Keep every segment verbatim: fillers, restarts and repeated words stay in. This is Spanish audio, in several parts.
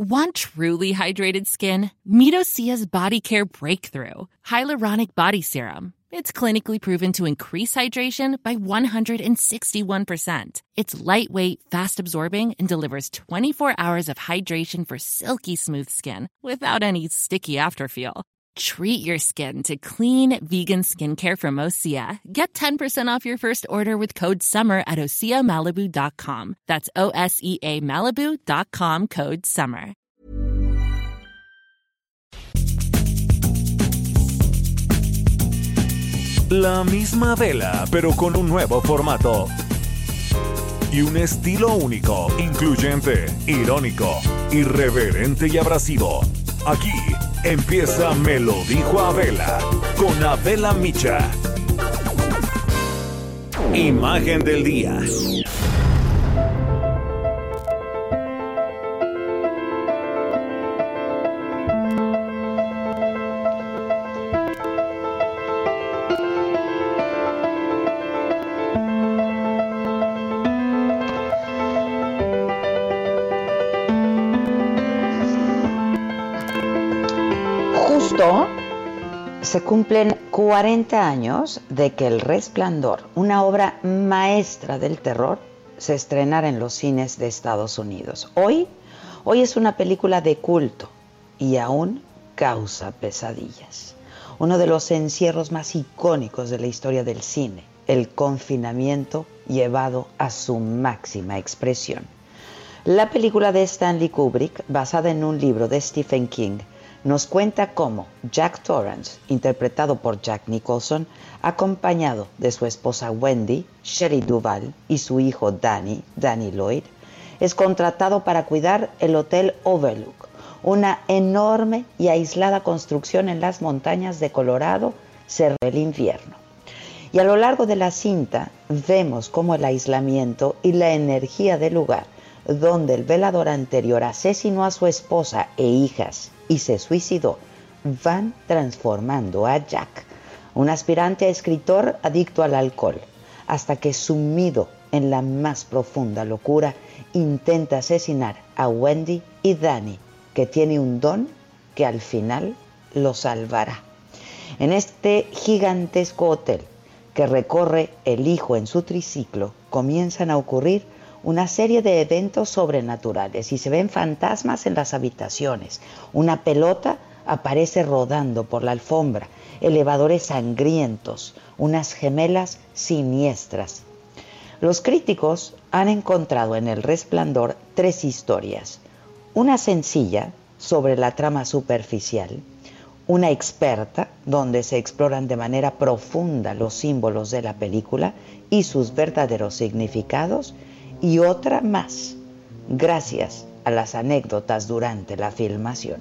Want truly hydrated skin? Meet Osea's Body Care Breakthrough Hyaluronic Body Serum. It's clinically proven to increase hydration by one hundred sixty-one percent. It's lightweight, fast-absorbing, and delivers twenty-four hours of hydration for silky smooth skin without any sticky afterfeel. Treat your skin to clean, vegan skincare from Osea. Get ten percent off your first order with code SUMMER at osea malibu dot com. That's O S E A Malibu dot com, code SUMMER. La misma vela, pero con un nuevo formato. Y un estilo único, incluyente, irónico, irreverente y abrasivo. Aquí empieza Me lo dijo Abela, con Abela Micha. Imagen del día. Se cumplen cuarenta años de que El Resplandor, una obra maestra del terror, se estrenara en los cines de Estados Unidos. Hoy, hoy es una película de culto y aún causa pesadillas. Uno de los encierros más icónicos de la historia del cine, el confinamiento llevado a su máxima expresión. La película de Stanley Kubrick, basada en un libro de Stephen King, nos cuenta cómo Jack Torrance, interpretado por Jack Nicholson, acompañado de su esposa Wendy, Shelley Duvall, y su hijo Danny, Danny Lloyd, es contratado para cuidar el Hotel Overlook, una enorme y aislada construcción en las montañas de Colorado, cerca del infierno. Y a lo largo de la cinta vemos cómo el aislamiento y la energía del lugar, donde el velador anterior asesinó a su esposa e hijas y se suicidó, van transformando a Jack, un aspirante a escritor adicto al alcohol, hasta que, sumido en la más profunda locura, intenta asesinar a Wendy y Danny, que tiene un don que al final lo salvará. En este gigantesco hotel que recorre el hijo en su triciclo, comienzan a ocurrir una serie de eventos sobrenaturales y se ven fantasmas en las habitaciones. Una pelota aparece rodando por la alfombra, elevadores sangrientos, unas gemelas siniestras. Los críticos han encontrado en El Resplandor tres historias. Una sencilla, sobre la trama superficial, una experta, donde se exploran de manera profunda los símbolos de la película y sus verdaderos significados, y otra más, gracias a las anécdotas durante la filmación.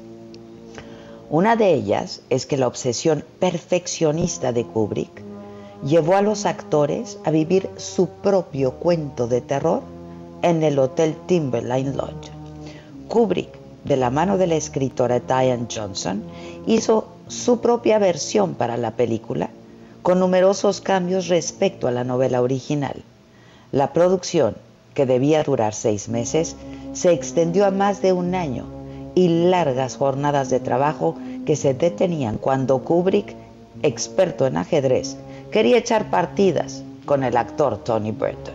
Una de ellas es que la obsesión perfeccionista de Kubrick llevó a los actores a vivir su propio cuento de terror en el Hotel Timberline Lodge. Kubrick, de la mano de la escritora Diane Johnson, hizo su propia versión para la película, con numerosos cambios respecto a la novela original. La producción, que debía durar seis meses, se extendió a más de un año y largas jornadas de trabajo que se detenían cuando Kubrick, experto en ajedrez, quería echar partidas con el actor Tony Burton.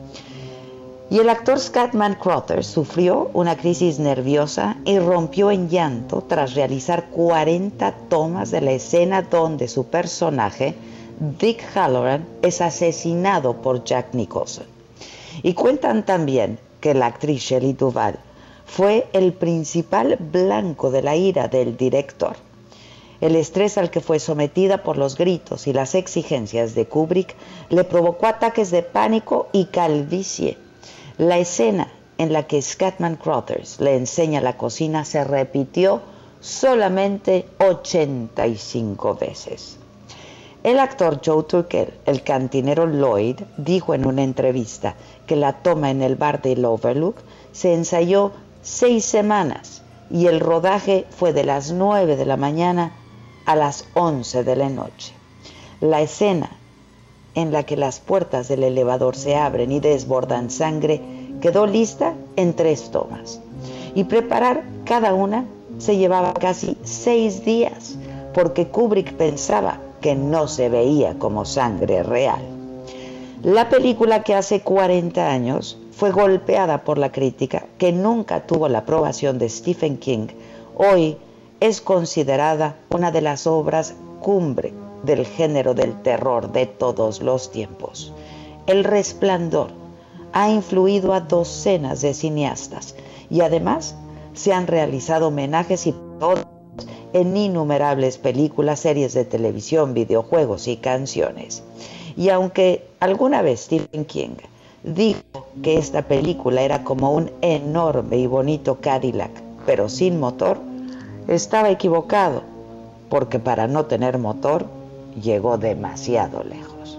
Y el actor Scatman Crothers sufrió una crisis nerviosa y rompió en llanto tras realizar cuarenta tomas de la escena donde su personaje, Dick Halloran, es asesinado por Jack Nicholson. Y cuentan también que la actriz Shelley Duvall fue el principal blanco de la ira del director. El estrés al que fue sometida por los gritos y las exigencias de Kubrick le provocó ataques de pánico y calvicie. La escena en la que Scatman Crothers le enseña la cocina se repitió solamente ochenta y cinco veces. El actor Joe Turkel, el cantinero Lloyd, dijo en una entrevista que la toma en el bar del Overlook se ensayó seis semanas y el rodaje fue de las nueve de la mañana a las once de la noche. La escena en la que las puertas del elevador se abren y desbordan sangre quedó lista en tres tomas. y preparar cada una se llevaba casi seis días, porque Kubrick pensaba que no se veía como sangre real. La película, que hace cuarenta años fue golpeada por la crítica, que nunca tuvo la aprobación de Stephen King, hoy es considerada una de las obras cumbre del género del terror de todos los tiempos. El Resplandor ha influido a docenas de cineastas y además se han realizado homenajes y en innumerables películas, series de televisión, videojuegos y canciones. Y aunque alguna vez Stephen King dijo que esta película era como un enorme y bonito Cadillac, pero sin motor, estaba equivocado, porque para no tener motor llegó demasiado lejos.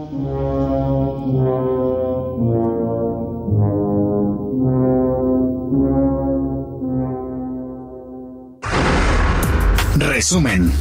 Resumen.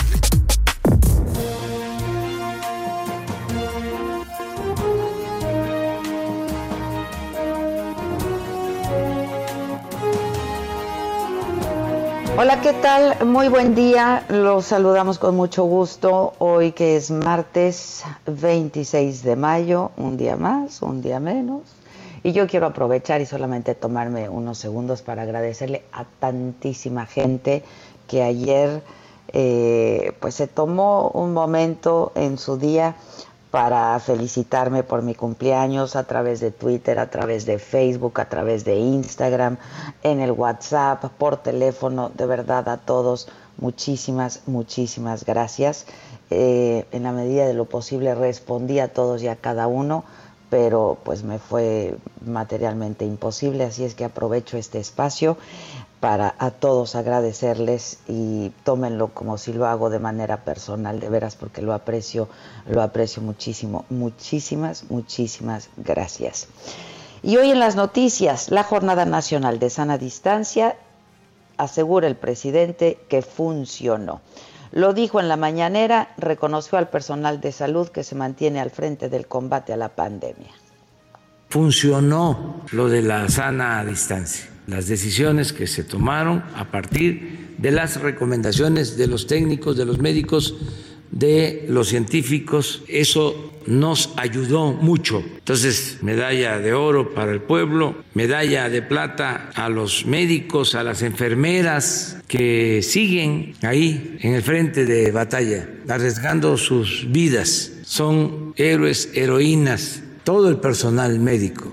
Hola, ¿qué tal? Muy buen día. Los saludamos con mucho gusto. Hoy, que es martes veintiséis de mayo, un día más, un día menos. Y yo quiero aprovechar y solamente tomarme unos segundos para agradecerle a tantísima gente que ayer eh, pues se tomó un momento en su día para felicitarme por mi cumpleaños a través de Twitter, a través de Facebook, a través de Instagram, en el WhatsApp, por teléfono. De verdad, a todos, muchísimas, muchísimas gracias. Eh, en la medida de lo posible respondí a todos y a cada uno, pero pues me fue materialmente imposible, así es que aprovecho este espacio para a todos agradecerles, y tómenlo como si lo hago de manera personal, de veras, porque lo aprecio, lo aprecio muchísimo. Muchísimas, muchísimas gracias. Y hoy en las noticias, la Jornada Nacional de Sana Distancia, asegura el presidente que funcionó. Lo dijo en la mañanera, reconoció al personal de salud que se mantiene al frente del combate a la pandemia. Funcionó lo de la sana distancia. Las decisiones que se tomaron a partir de las recomendaciones de los técnicos, de los médicos, de los científicos, eso nos ayudó mucho. Entonces, medalla de oro para el pueblo, medalla de plata a los médicos, a las enfermeras que siguen ahí en el frente de batalla, arriesgando sus vidas. Son héroes, heroínas, todo el personal médico.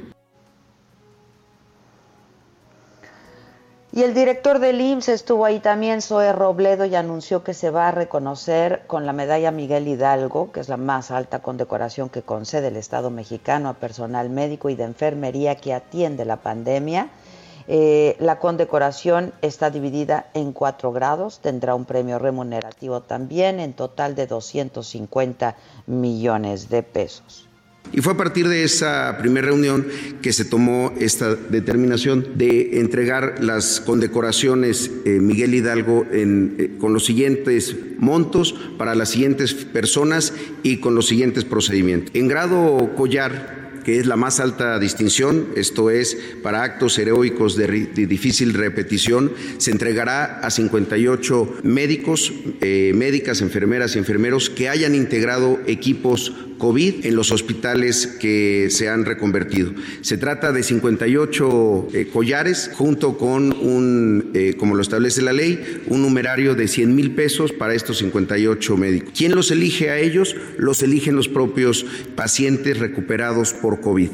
Y el director del I M S S estuvo ahí también, Zoe Robledo, y anunció que se va a reconocer con la medalla Miguel Hidalgo, que es la más alta condecoración que concede el Estado mexicano a personal médico y de enfermería que atiende la pandemia. Eh, la condecoración está dividida en cuatro grados, tendrá un premio remunerativo también, en total de doscientos cincuenta millones de pesos. Y fue a partir de esa primera reunión que se tomó esta determinación de entregar las condecoraciones eh, Miguel Hidalgo en, eh, con los siguientes montos para las siguientes personas y con los siguientes procedimientos. En grado collar, que es la más alta distinción, esto es, para actos heroicos de, de difícil repetición, se entregará a cincuenta y ocho médicos, eh, médicas, enfermeras y enfermeros que hayan integrado equipos COVID en los hospitales que se han reconvertido. Se trata de cincuenta y ocho eh, collares, junto con un, eh, como lo establece la ley, un numerario de cien mil pesos para estos cincuenta y ocho médicos. ¿Quién los elige a ellos? Los eligen los propios pacientes recuperados por COVID.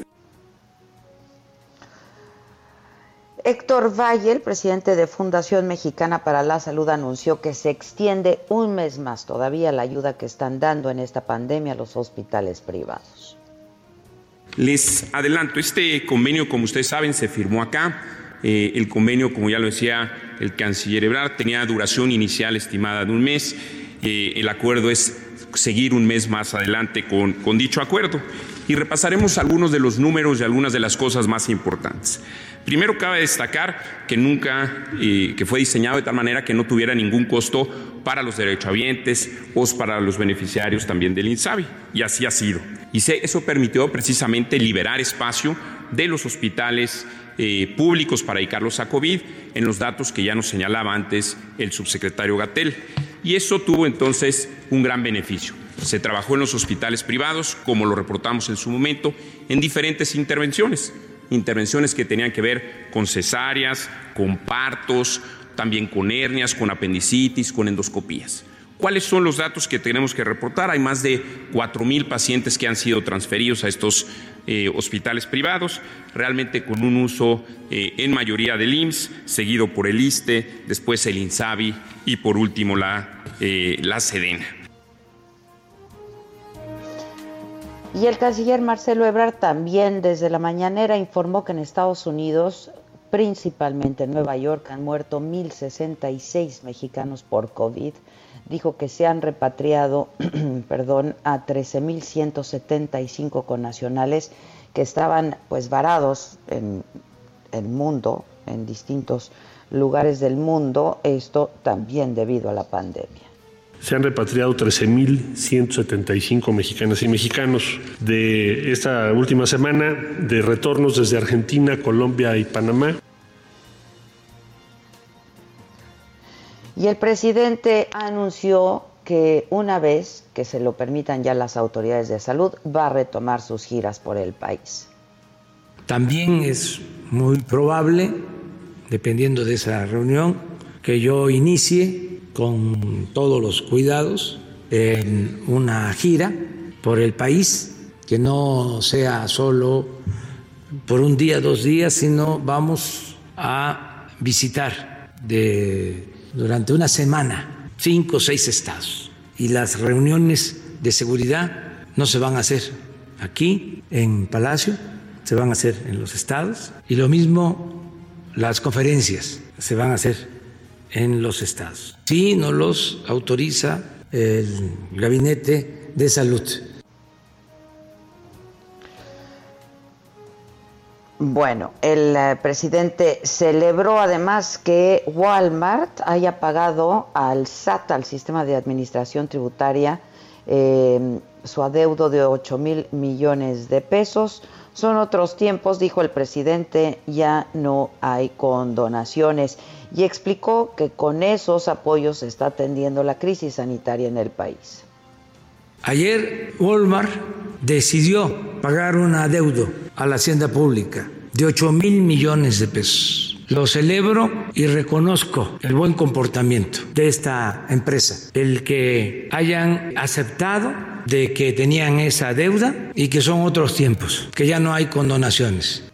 Héctor Valle, el presidente de Fundación Mexicana para la Salud, anunció que se extiende un mes más todavía la ayuda que están dando en esta pandemia a los hospitales privados. Les adelanto, este convenio, como ustedes saben, se firmó acá. Eh, el convenio, como ya lo decía el canciller Ebrard, tenía duración inicial estimada de un mes. Eh, el acuerdo es seguir un mes más adelante con, con dicho acuerdo. Y repasaremos algunos de los números y algunas de las cosas más importantes. Primero, cabe destacar que nunca, eh, que fue diseñado de tal manera que no tuviera ningún costo para los derechohabientes o para los beneficiarios también del INSABI, y así ha sido. Y se, eso permitió precisamente liberar espacio de los hospitales eh, públicos para dedicarlos a COVID, en los datos que ya nos señalaba antes el subsecretario Gatell. Y eso tuvo entonces un gran beneficio. Se trabajó en los hospitales privados, como lo reportamos en su momento, en diferentes intervenciones. Intervenciones que tenían que ver con cesáreas, con partos, también con hernias, con apendicitis, con endoscopías. ¿Cuáles son los datos que tenemos que reportar? Hay más de cuatro mil pacientes que han sido transferidos a estos eh, hospitales privados, realmente con un uso eh, en mayoría del I M S S, seguido por el ISSSTE, después el INSABI y por último la, eh, la SEDENA. Y el canciller Marcelo Ebrard también desde la mañanera informó que en Estados Unidos, principalmente en Nueva York, han muerto mil sesenta y seis mexicanos por COVID. Dijo que se han repatriado perdón, a trece mil ciento setenta y cinco connacionales que estaban pues varados en el mundo, en distintos lugares del mundo, esto también debido a la pandemia. Se han repatriado trece mil ciento setenta y cinco mexicanas y mexicanos de esta última semana, de retornos desde Argentina, Colombia y Panamá. Y el presidente anunció que una vez que se lo permitan ya las autoridades de salud, va a retomar sus giras por el país. También es muy probable, dependiendo de esa reunión, que yo inicie con todos los cuidados en una gira por el país, que no sea solo por un día, dos días, sino vamos a visitar de durante una semana, cinco o seis estados. Y las reuniones de seguridad no se van a hacer aquí en Palacio, se van a hacer en los estados. Y lo mismo las conferencias se van a hacer en los estados. Sí, nos los autoriza el Gabinete de Salud. Bueno, el eh, presidente celebró además que Walmart haya pagado al S A T, al Sistema de Administración Tributaria, eh, su adeudo de ocho mil millones de pesos. Son otros tiempos, dijo el presidente, ya no hay condonaciones, y explicó que con esos apoyos se está atendiendo la crisis sanitaria en el país. Ayer Walmart decidió pagar un adeudo a la Hacienda Pública de ocho mil millones de pesos. Lo celebro y reconozco el buen comportamiento de esta empresa, el que hayan aceptado de que tenían esa deuda y que son otros tiempos, que ya no hay condonaciones.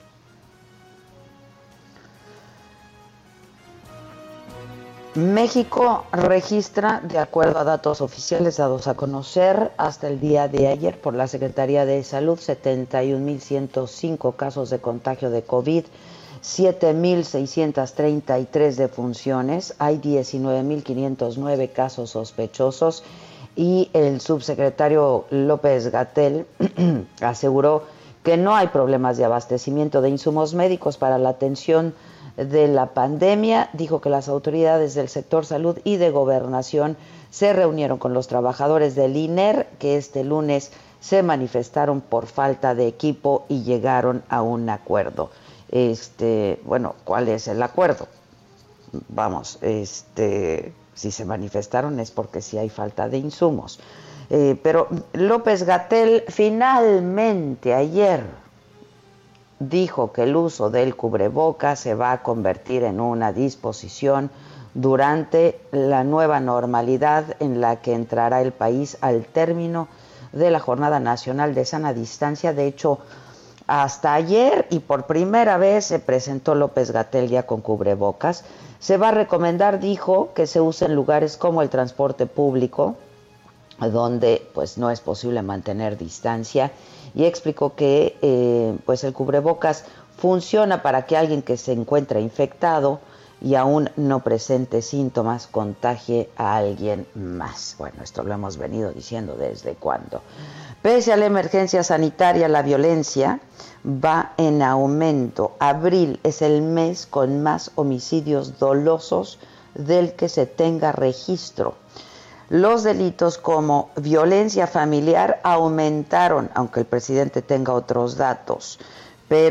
México registra, de acuerdo a datos oficiales dados a conocer hasta el día de ayer por la Secretaría de Salud, setenta y un mil ciento cinco casos de contagio de COVID, siete mil seiscientos treinta y tres defunciones, hay diecinueve mil quinientos nueve casos sospechosos, y el subsecretario López-Gatell aseguró que no hay problemas de abastecimiento de insumos médicos para la atención de la pandemia. Dijo que las autoridades del sector salud y de gobernación se reunieron con los trabajadores del I N E R, que este lunes se manifestaron por falta de equipo y llegaron a un acuerdo. Este, bueno, ¿cuál es el acuerdo? Vamos, este, si se manifestaron es porque sí hay falta de insumos. Eh, pero López-Gatell finalmente ayer dijo que el uso del cubrebocas se va a convertir en una disposición durante la nueva normalidad en la que entrará el país al término de la Jornada Nacional de Sana Distancia. De hecho, hasta ayer y por primera vez se presentó López-Gatell ya con cubrebocas. Se va a recomendar, dijo, que se use en lugares como el transporte público, donde pues no es posible mantener distancia, y explicó que eh, pues el cubrebocas funciona para que alguien que se encuentra infectado y aún no presente síntomas contagie a alguien más. Bueno, esto lo hemos venido diciendo desde cuándo. Pese a la emergencia sanitaria, la violencia va en aumento. Abril es el mes con más homicidios dolosos del que se tenga registro. Los delitos como violencia familiar aumentaron, aunque el presidente tenga otros datos, pero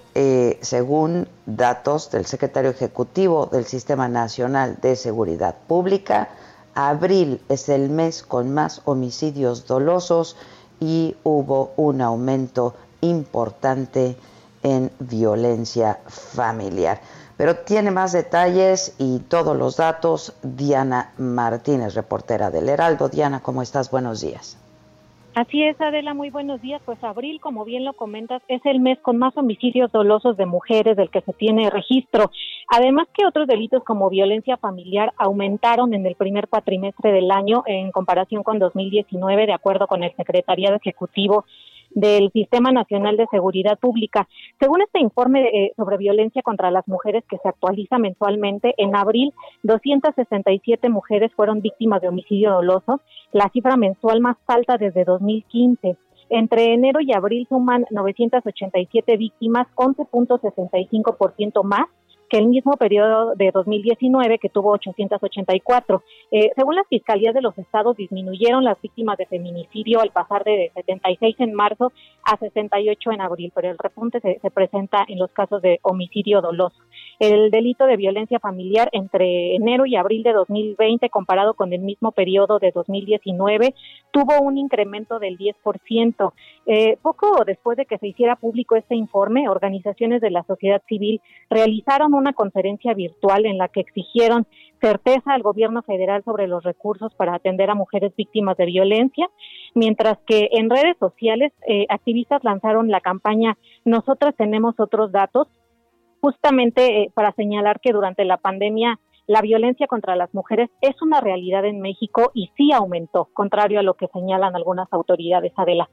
eh, según datos del secretario ejecutivo del Sistema Nacional de Seguridad Pública, abril es el mes con más homicidios dolosos y hubo un aumento importante en violencia familiar. Pero tiene más detalles y todos los datos Diana Martínez, reportera del Heraldo. Diana, ¿cómo estás? Buenos días. Así es, Adela, muy buenos días. Pues abril, como bien lo comentas, es el mes con más homicidios dolosos de mujeres del que se tiene registro. Además que otros delitos como violencia familiar aumentaron en el primer cuatrimestre del año en comparación con dos mil diecinueve, de acuerdo con el Secretariado Ejecutivo del Sistema Nacional de Seguridad Pública. Según este informe eh, sobre violencia contra las mujeres que se actualiza mensualmente, en abril doscientas sesenta y siete mujeres fueron víctimas de homicidio doloso, la cifra mensual más alta desde dos mil quince. Entre enero y abril suman novecientas ochenta y siete víctimas, once punto sesenta y cinco por ciento más que el mismo periodo de dos mil diecinueve, que tuvo ochocientas ochenta y cuatro. Eh, según las fiscalías de los estados, disminuyeron las víctimas de feminicidio al pasar de setenta y seis en marzo a sesenta y ocho en abril, pero el repunte se, se presenta en los casos de homicidio doloso. El delito de violencia familiar entre enero y abril de dos mil veinte, comparado con el mismo periodo de dos mil diecinueve, tuvo un incremento del diez por ciento. Eh, poco después de que se hiciera público este informe, organizaciones de la sociedad civil realizaron una conferencia virtual en la que exigieron certeza al gobierno federal sobre los recursos para atender a mujeres víctimas de violencia, mientras que en redes sociales eh, activistas lanzaron la campaña Nosotras tenemos otros datos, justamente eh, para señalar que durante la pandemia la violencia contra las mujeres es una realidad en México y sí aumentó, contrario a lo que señalan algunas autoridades, Adela.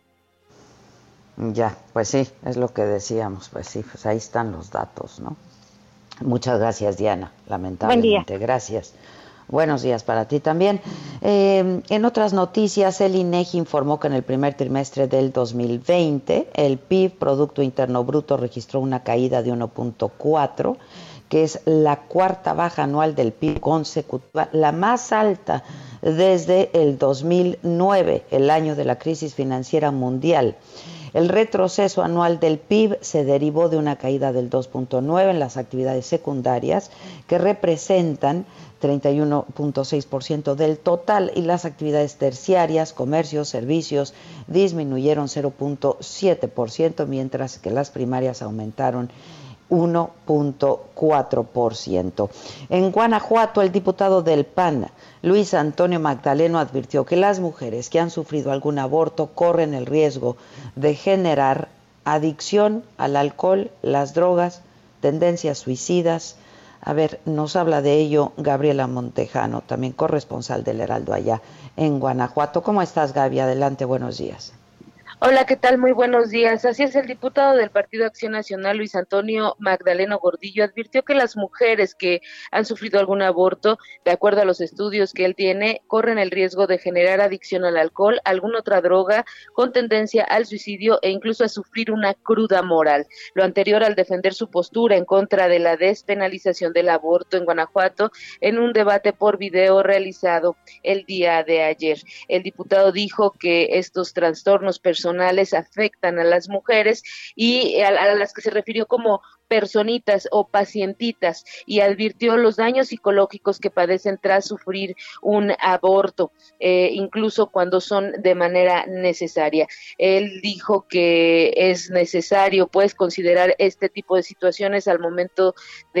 Ya, pues sí, es lo que decíamos, pues sí, pues ahí están los datos, ¿no? Muchas gracias, Diana, lamentablemente. Buen día. Gracias. Buenos días para ti también. Eh, en otras noticias, el INEGI informó que en el primer trimestre del dos mil veinte, el P I B, Producto Interno Bruto, registró una caída de uno punto cuatro, que es la cuarta baja anual del P I B consecutiva, la más alta desde el dos mil nueve, el año de la crisis financiera mundial. El retroceso anual del P I B se derivó de una caída del dos punto nueve en las actividades secundarias, que representan treinta y uno punto seis por ciento del total, y las actividades terciarias, comercios, servicios, disminuyeron cero punto siete por ciento, mientras que las primarias aumentaron uno punto cuatro por ciento. En Guanajuato, el diputado del P A N, Luis Antonio Magdaleno, advirtió que las mujeres que han sufrido algún aborto corren el riesgo de generar adicción al alcohol, las drogas, tendencias suicidas. A ver, nos habla de ello Gabriela Montejano, también corresponsal del Heraldo allá en Guanajuato. ¿Cómo estás, Gaby? Adelante, buenos días. Hola, ¿qué tal? Muy buenos días. Así es, el diputado del Partido Acción Nacional, Luis Antonio Magdaleno Gordillo, advirtió que las mujeres que han sufrido algún aborto, de acuerdo a los estudios que él tiene, corren el riesgo de generar adicción al alcohol, alguna otra droga, con tendencia al suicidio e incluso a sufrir una cruda moral. Lo anterior al defender su postura en contra de la despenalización del aborto en Guanajuato en un debate por video realizado el día de ayer. El diputado dijo que estos trastornos personales afectan a las mujeres y a, a las que se refirió como personitas o pacientitas, y advirtió los daños psicológicos que padecen tras sufrir un aborto, eh, incluso cuando son de manera necesaria. Él dijo que es necesario pues considerar este tipo de situaciones al momento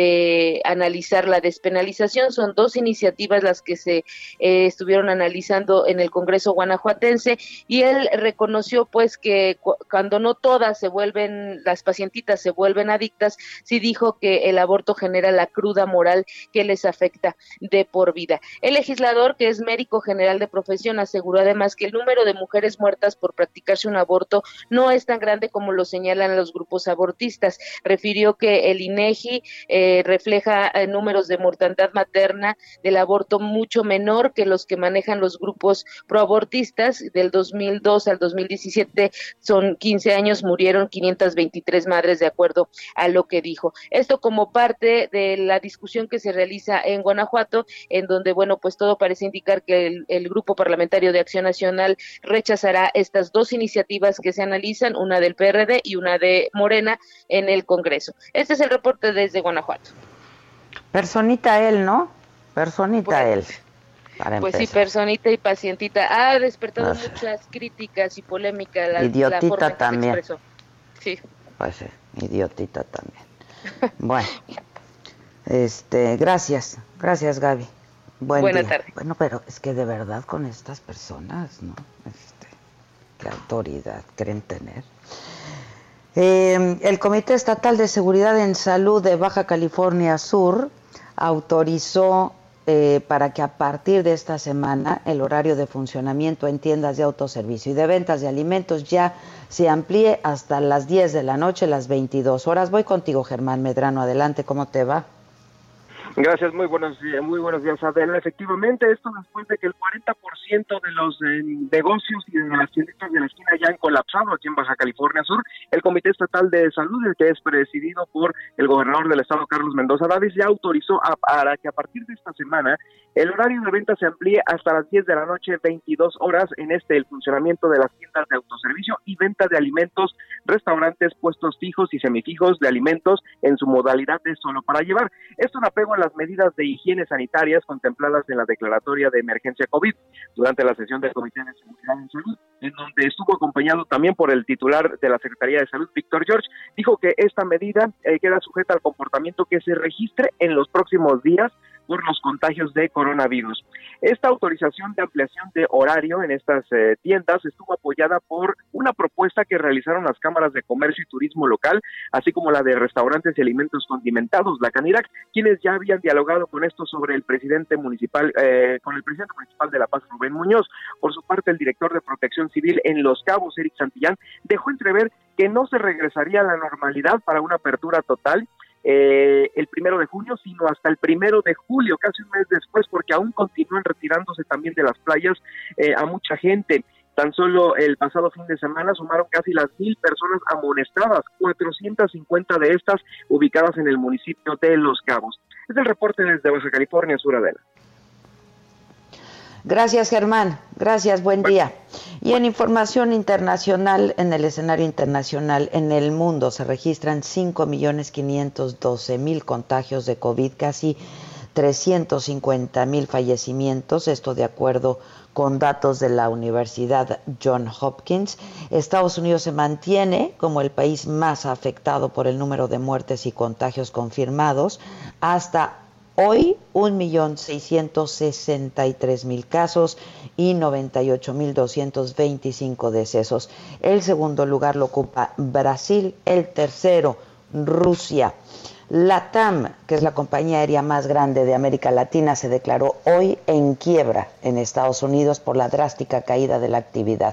de analizar la despenalización. Son dos iniciativas las que se eh, estuvieron analizando en el Congreso guanajuatense, y él reconoció pues que cu- cuando no todas se vuelven, las pacientitas se vuelven adictas, sí dijo que el aborto genera la cruda moral que les afecta de por vida. El legislador, que es médico general de profesión, aseguró además que el número de mujeres muertas por practicarse un aborto no es tan grande como lo señalan los grupos abortistas. Refirió que el INEGI eh, refleja eh, números de mortandad materna del aborto mucho menor que los que manejan los grupos proabortistas. Del dos mil dos al dos mil diecisiete son quince años, murieron quinientas veintitrés madres, de acuerdo a lo que dijo. Esto como parte de la discusión que se realiza en Guanajuato, en donde, bueno, pues todo parece indicar que el, el Grupo Parlamentario de Acción Nacional rechazará estas dos iniciativas que se analizan, una del P R D y una de Morena en el Congreso. Este es el reporte desde Guanajuato. Personita él, ¿no? Personita bueno, él. Para pues empezar. sí, personita y pacientita. Ha despertado No sé. muchas críticas y polémica la, Idiotita la forma en que también. se expresó. Sí. Pues sí, idiotita también. Bueno, este, gracias, gracias Gaby. Buen Buena día. tarde. Bueno, pero es que de verdad con estas personas, ¿no? Este, ¿qué autoridad creen tener? Eh, el Comité Estatal de Seguridad en Salud de Baja California Sur autorizó eh, para que a partir de esta semana el horario de funcionamiento en tiendas de autoservicio y de ventas de alimentos ya se amplíe hasta las diez de la noche, las veintidós horas. Voy contigo, Germán Medrano. Adelante, ¿cómo te va? Gracias, muy buenos días, muy buenos días, Adela. Efectivamente, esto después de que el cuarenta por ciento de los eh, negocios y de las tiendas de la esquina ya han colapsado aquí en Baja California Sur, el Comité Estatal de Salud, el que es presidido por el gobernador del estado, Carlos Mendoza Davis, ya autorizó a, para que a partir de esta semana el horario de venta se amplíe hasta las diez de la noche, veintidós horas, en este el funcionamiento de las tiendas de autoservicio y venta de alimentos, restaurantes, puestos fijos y semifijos de alimentos en su modalidad de solo para llevar. Esto en apego a las medidas de higiene sanitarias contempladas en la declaratoria de emergencia COVID durante la sesión del Comité de Seguridad en Salud, en donde estuvo acompañado también por el titular de la Secretaría de Salud, Víctor George. Dijo que esta medida eh, queda sujeta al comportamiento que se registre en los próximos días por los contagios de coronavirus. Esta autorización de ampliación de horario en estas eh, tiendas estuvo apoyada por una propuesta que realizaron las cámaras de comercio y turismo local, así como la de restaurantes y alimentos condimentados, la Canirac, quienes ya habían dialogado con esto sobre el presidente municipal, eh, con el presidente municipal de La Paz, Rubén Muñoz. Por su parte, el director de Protección Civil en Los Cabos, Eric Santillán, dejó entrever que no se regresaría a la normalidad para una apertura total Eh, el primero de junio, sino hasta el primero de julio, casi un mes después, porque aún continúan retirándose también de las playas eh, a mucha gente. Tan solo el pasado fin de semana sumaron casi las mil personas amonestadas, cuatrocientas cincuenta de estas ubicadas en el municipio de Los Cabos. Es el reporte desde Baja California Sur, Adela. Gracias, Germán. Gracias, buen día. Y en información internacional, en el escenario internacional, en el mundo se registran cinco millones quinientos doce mil contagios de COVID, casi trescientos cincuenta mil fallecimientos, esto de acuerdo con datos de la Universidad Johns Hopkins. Estados Unidos se mantiene como el país más afectado por el número de muertes y contagios confirmados. Hasta hoy, un millón seiscientos sesenta y tres mil casos y noventa y ocho mil doscientos veinticinco decesos. El segundo lugar lo ocupa Brasil, el tercero Rusia. LATAM, que es la compañía aérea más grande de América Latina, se declaró hoy en quiebra en Estados Unidos por la drástica caída de la actividad.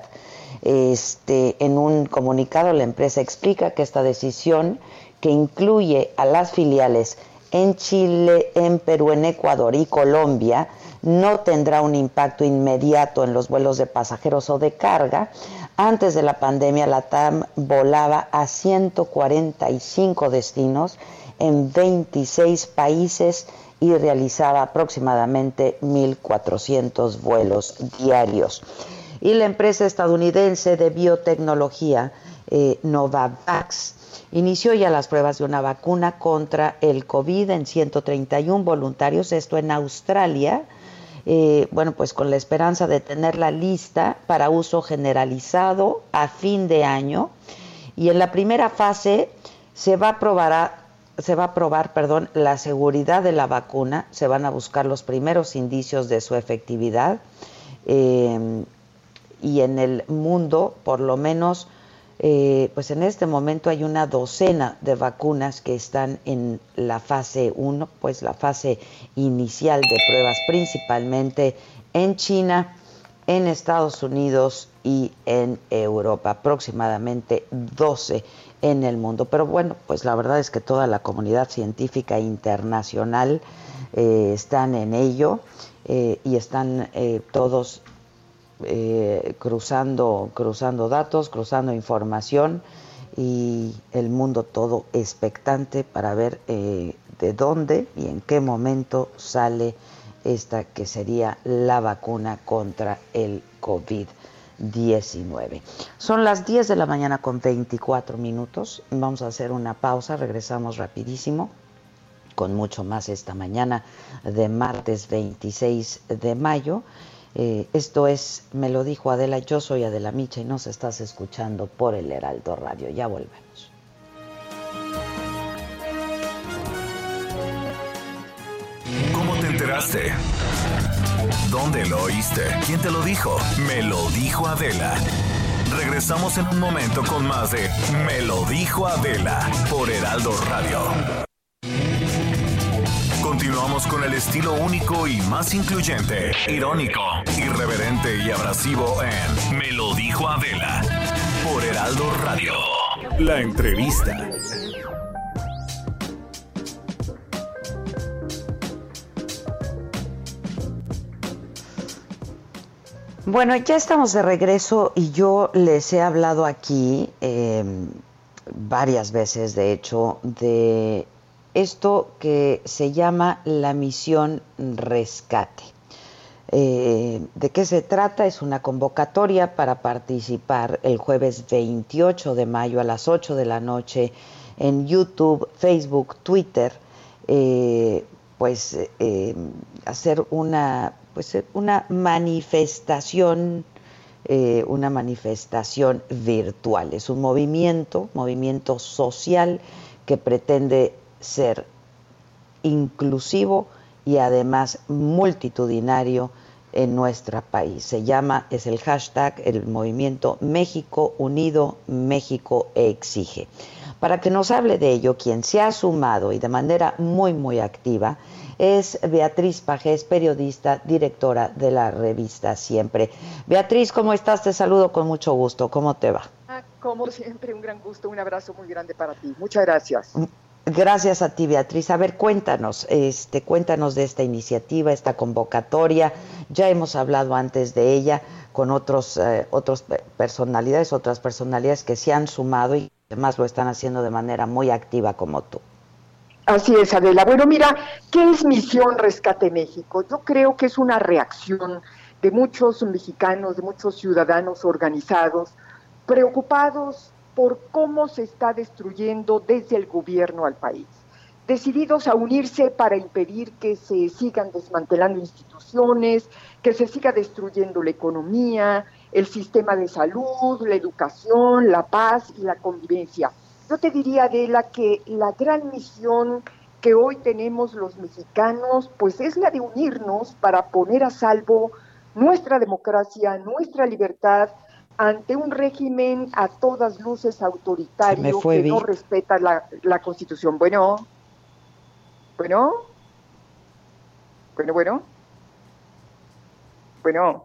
Este, en un comunicado, la empresa explica que esta decisión, que incluye a las filiales en Chile, en Perú, en Ecuador y Colombia, no tendrá un impacto inmediato en los vuelos de pasajeros o de carga. Antes de la pandemia, LATAM volaba a ciento cuarenta y cinco destinos en veintiséis países y realizaba aproximadamente mil cuatrocientos vuelos diarios. Y la empresa estadounidense de biotecnología, eh, Novavax, inició ya las pruebas de una vacuna contra el COVID en ciento treinta y uno voluntarios, esto en Australia, eh, bueno, pues con la esperanza de tenerla lista para uso generalizado a fin de año. Y en la primera fase se va a probar, se va a probar, perdón, la seguridad de la vacuna, se van a buscar los primeros indicios de su efectividad, eh, y en el mundo, por lo menos, Eh, pues en este momento hay una docena de vacunas que están en la fase uno, pues la fase inicial de pruebas, principalmente en China, en Estados Unidos y en Europa, aproximadamente doce en el mundo. Pero bueno, pues la verdad es que toda la comunidad científica internacional eh, están en ello eh, y están eh, todos Eh, cruzando, cruzando datos, cruzando información y el mundo todo expectante para ver eh, de dónde y en qué momento sale esta que sería la vacuna contra el COVID diecinueve. Son las diez de la mañana con veinticuatro minutos. Vamos a hacer una pausa, regresamos rapidísimo con mucho más esta mañana de martes veintiséis de mayo. Eh, esto es Me lo dijo Adela, yo soy Adela Micha y nos estás escuchando por el Heraldo Radio. Ya volvemos. ¿Cómo te enteraste? ¿Dónde lo oíste? ¿Quién te lo dijo? Me lo dijo Adela. Regresamos en un momento con más de Me lo dijo Adela por Heraldo Radio. Continuamos con el estilo único y más incluyente, irónico, irreverente y abrasivo en Me lo dijo Adela por Heraldo Radio. La entrevista. Bueno, ya estamos de regreso y yo les he hablado aquí eh, varias veces, de hecho, de esto que se llama la misión Rescate. Eh, ¿De qué se trata? Es una convocatoria para participar el jueves veintiocho de mayo a las ocho de la noche en YouTube, Facebook, Twitter, eh, pues eh, hacer una, pues, una manifestación, eh, una manifestación virtual. Es un movimiento, movimiento social que pretende ser inclusivo y además multitudinario en nuestro país. Se llama, es el hashtag, el movimiento México Unido, México Exige. Para que nos hable de ello, quien se ha sumado y de manera muy, muy activa es Beatriz Pajés, periodista, directora de la revista Siempre. Beatriz, ¿cómo estás? Te saludo con mucho gusto. ¿Cómo te va? Ah, como siempre, un gran gusto, un abrazo muy grande para ti. Muchas gracias. Gracias a ti, Beatriz. A ver, cuéntanos, este, cuéntanos de esta iniciativa, esta convocatoria. Ya hemos hablado antes de ella con otros, eh, otros personalidades, otras personalidades que se han sumado y además lo están haciendo de manera muy activa como tú. Así es, Adela. Bueno, mira, ¿qué es Misión Rescate México? Yo creo que es una reacción de muchos mexicanos, de muchos ciudadanos organizados, preocupados por cómo se está destruyendo desde el gobierno al país, decididos a unirse para impedir que se sigan desmantelando instituciones, que se siga destruyendo la economía, el sistema de salud, la educación, la paz y la convivencia. Yo te diría, Adela, que la gran misión que hoy tenemos los mexicanos, pues es la de unirnos para poner a salvo nuestra democracia, nuestra libertad, ante un régimen a todas luces autoritario que bien. no respeta la, la Constitución. Bueno, bueno, bueno, bueno, bueno.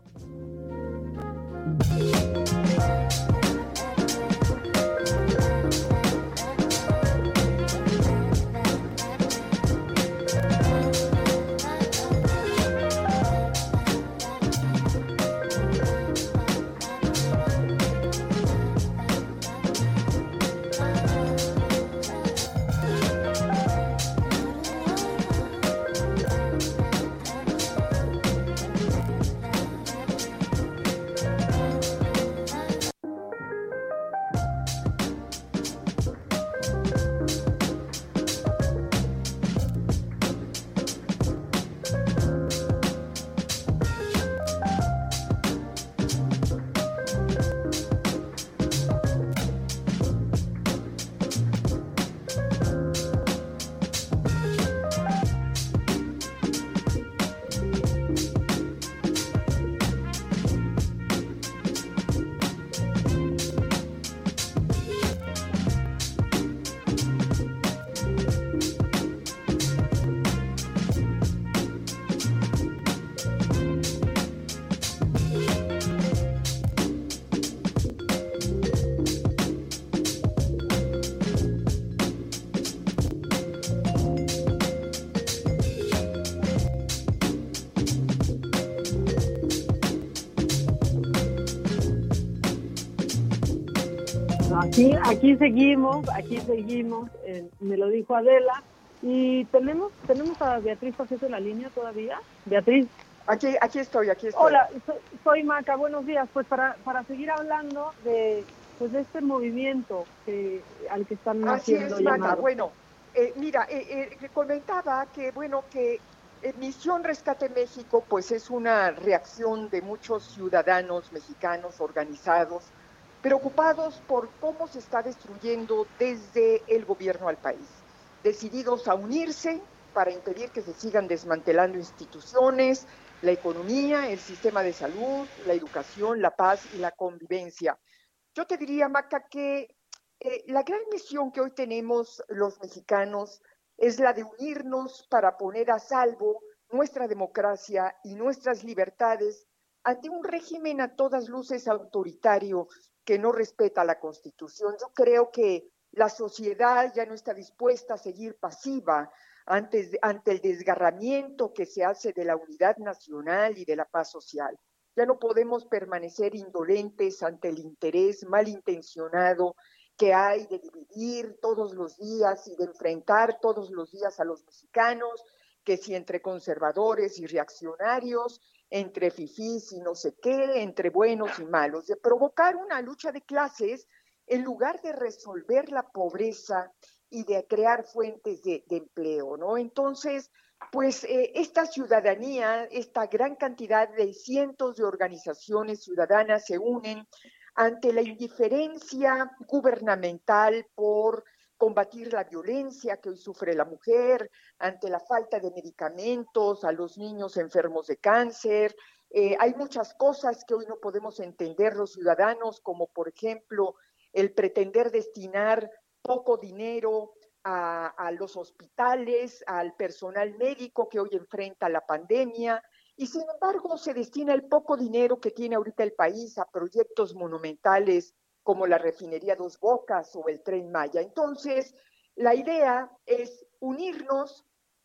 Aquí, aquí seguimos, aquí seguimos, eh, me lo dijo Adela, y tenemos tenemos a Beatriz Pacieto en la línea todavía. Beatriz. Aquí, aquí estoy, aquí estoy. Hola, soy, soy Maca, buenos días. Pues para, para seguir hablando de, pues de este movimiento que, al que están Así haciendo es, Maca. llamado. Bueno, eh, mira, eh, eh, comentaba que, bueno, que eh, Misión Rescate México, pues es una reacción de muchos ciudadanos mexicanos organizados, preocupados por cómo se está destruyendo desde el gobierno al país, decididos a unirse para impedir que se sigan desmantelando instituciones, la economía, el sistema de salud, la educación, la paz y la convivencia. Yo te diría, Maca, que eh, la gran misión que hoy tenemos los mexicanos es la de unirnos para poner a salvo nuestra democracia y nuestras libertades ante un régimen a todas luces autoritario que no respeta la Constitución. Yo creo que la sociedad ya no está dispuesta a seguir pasiva ante, ante el desgarramiento que se hace de la unidad nacional y de la paz social. Ya no podemos permanecer indolentes ante el interés malintencionado que hay de dividir todos los días y de enfrentar todos los días a los mexicanos, que si entre conservadores y reaccionarios, entre fifís y no sé qué, entre buenos y malos, de provocar una lucha de clases en lugar de resolver la pobreza y de crear fuentes de, de empleo, ¿no? Entonces, pues eh, esta ciudadanía, esta gran cantidad de cientos de organizaciones ciudadanas se unen ante la indiferencia gubernamental por combatir la violencia que hoy sufre la mujer, ante la falta de medicamentos a los niños enfermos de cáncer. Eh, hay muchas cosas que hoy no podemos entender los ciudadanos, como por ejemplo el pretender destinar poco dinero a, a los hospitales, al personal médico que hoy enfrenta la pandemia, y sin embargo se destina el poco dinero que tiene ahorita el país a proyectos monumentales como la refinería Dos Bocas o el Tren Maya. Entonces, la idea es unirnos,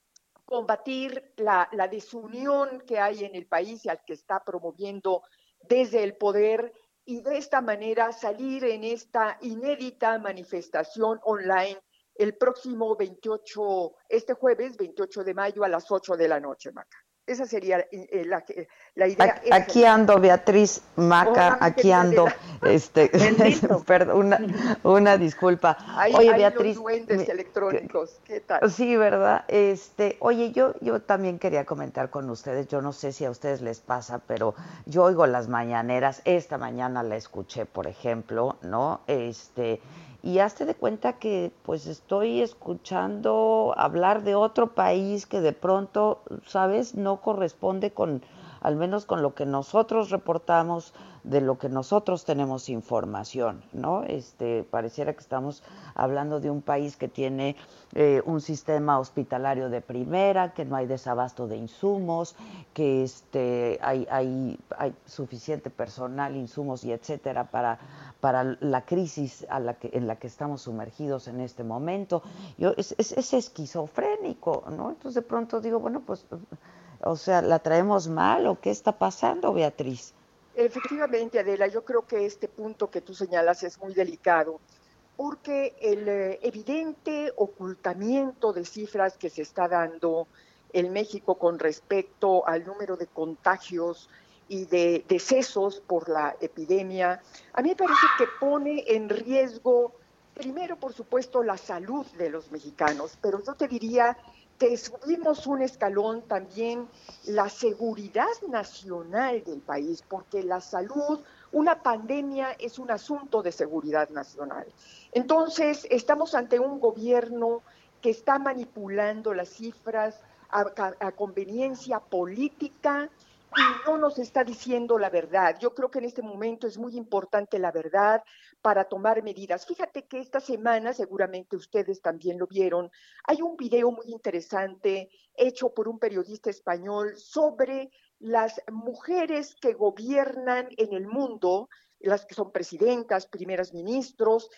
combatir la, la desunión que hay en el país y al que está promoviendo desde el poder, y de esta manera salir en esta inédita manifestación online el próximo veintiocho, este jueves veintiocho de mayo a las ocho de la noche, Maca. Esa sería eh, la, la idea. Aquí, aquí ando, Beatriz Maca, oh, aquí ando. Este, perdón, una, una disculpa. Hay, oye, hay Beatriz, los duendes me, electrónicos, ¿qué tal? Sí, ¿verdad? Este, oye, yo, yo también quería comentar con ustedes, yo no sé si a ustedes les pasa, pero yo oigo las mañaneras, esta mañana la escuché, por ejemplo, ¿no? Este, y hazte de cuenta que pues estoy escuchando hablar de otro país que de pronto, ¿sabes?, no corresponde con, al menos con lo que nosotros reportamos, de lo que nosotros tenemos información, ¿no? Este, pareciera que estamos hablando de un país que tiene eh, un sistema hospitalario de primera, que no hay desabasto de insumos, que este, hay, hay, hay suficiente personal, insumos y etcétera para, para la crisis a la que, en la que estamos sumergidos en este momento. Yo, es, es, es esquizofrénico, ¿no? Entonces de pronto digo, bueno, pues, o sea, ¿la traemos mal o qué está pasando, Beatriz? Efectivamente, Adela, yo creo que este punto que tú señalas es muy delicado, porque el eh, evidente ocultamiento de cifras que se está dando en México con respecto al número de contagios y de decesos por la epidemia, a mí me parece que pone en riesgo, primero, por supuesto, la salud de los mexicanos, pero yo te diría que subimos un escalón también la seguridad nacional del país, porque la salud, una pandemia es un asunto de seguridad nacional. Entonces, estamos ante un gobierno que está manipulando las cifras a, a, a conveniencia política y no nos está diciendo la verdad. Yo creo que en este momento es muy importante la verdad para tomar medidas. Fíjate que esta semana, seguramente ustedes también lo vieron, hay un video muy interesante hecho por un periodista español sobre las mujeres que gobiernan en el mundo, las que son presidentas, primeras ministros,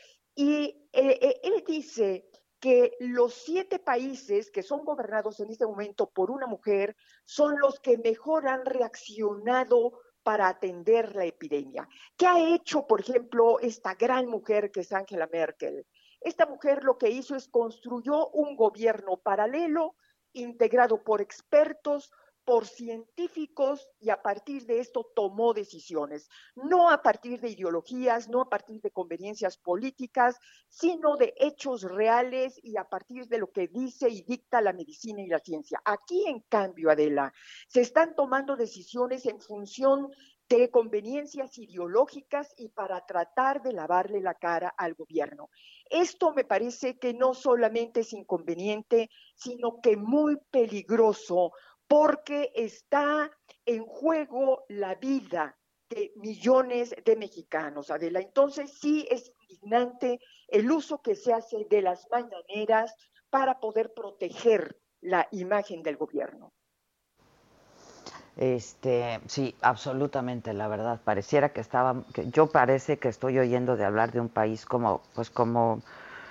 y eh, él dice que los siete países que son gobernados en este momento por una mujer son los que mejor han reaccionado para atender la epidemia. ¿Qué ha hecho, por ejemplo, esta gran mujer que es Angela Merkel? Esta mujer lo que hizo es construyó un gobierno paralelo, integrado por expertos, por científicos, y a partir de esto tomó decisiones, no a partir de ideologías, no a partir de conveniencias políticas, sino de hechos reales y a partir de lo que dice y dicta la medicina y la ciencia. Aquí, en cambio, Adela, se están tomando decisiones en función de conveniencias ideológicas y para tratar de lavarle la cara al gobierno. Esto me parece que no solamente es inconveniente, sino que muy peligroso, porque está en juego la vida de millones de mexicanos, Adela. Entonces sí es indignante el uso que se hace de las mañaneras para poder proteger la imagen del gobierno. Este, sí, absolutamente, la verdad. Pareciera que estaba, que yo parece que estoy oyendo de hablar de un país como, pues como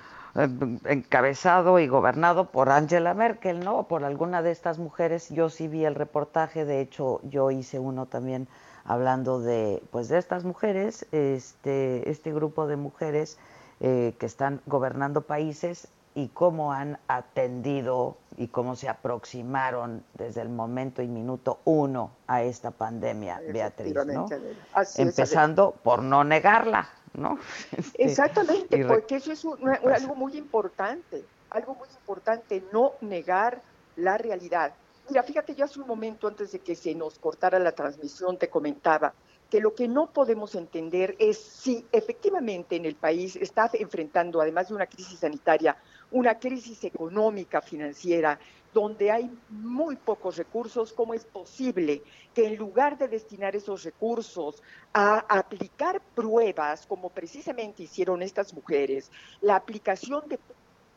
encabezado y gobernado por Angela Merkel, ¿no? Por alguna de estas mujeres. Yo sí vi el reportaje, de hecho yo hice uno también hablando de, pues, de estas mujeres, este, este grupo de mujeres eh, que están gobernando países y cómo han atendido y cómo se aproximaron desde el momento y minuto uno a esta pandemia, Beatriz, ¿no? Así Empezando es, por no negarla, ¿no? Este, Exactamente, porque eso es una, una, algo muy importante, algo muy importante, no negar la realidad. Mira, fíjate, yo hace un momento antes de que se nos cortara la transmisión te comentaba que lo que no podemos entender es si efectivamente en el país está enfrentando, además de una crisis sanitaria, una crisis económica, financiera, donde hay muy pocos recursos. ¿Cómo es posible que en lugar de destinar esos recursos a aplicar pruebas, como precisamente hicieron estas mujeres, la aplicación de...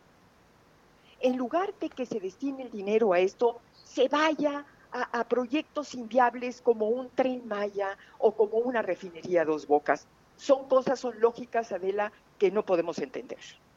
en lugar de que se destine el dinero a esto, se vaya a, a proyectos inviables como un Tren Maya o como una refinería Dos Bocas? Son cosas, son lógicas, Adela, que no podemos entender.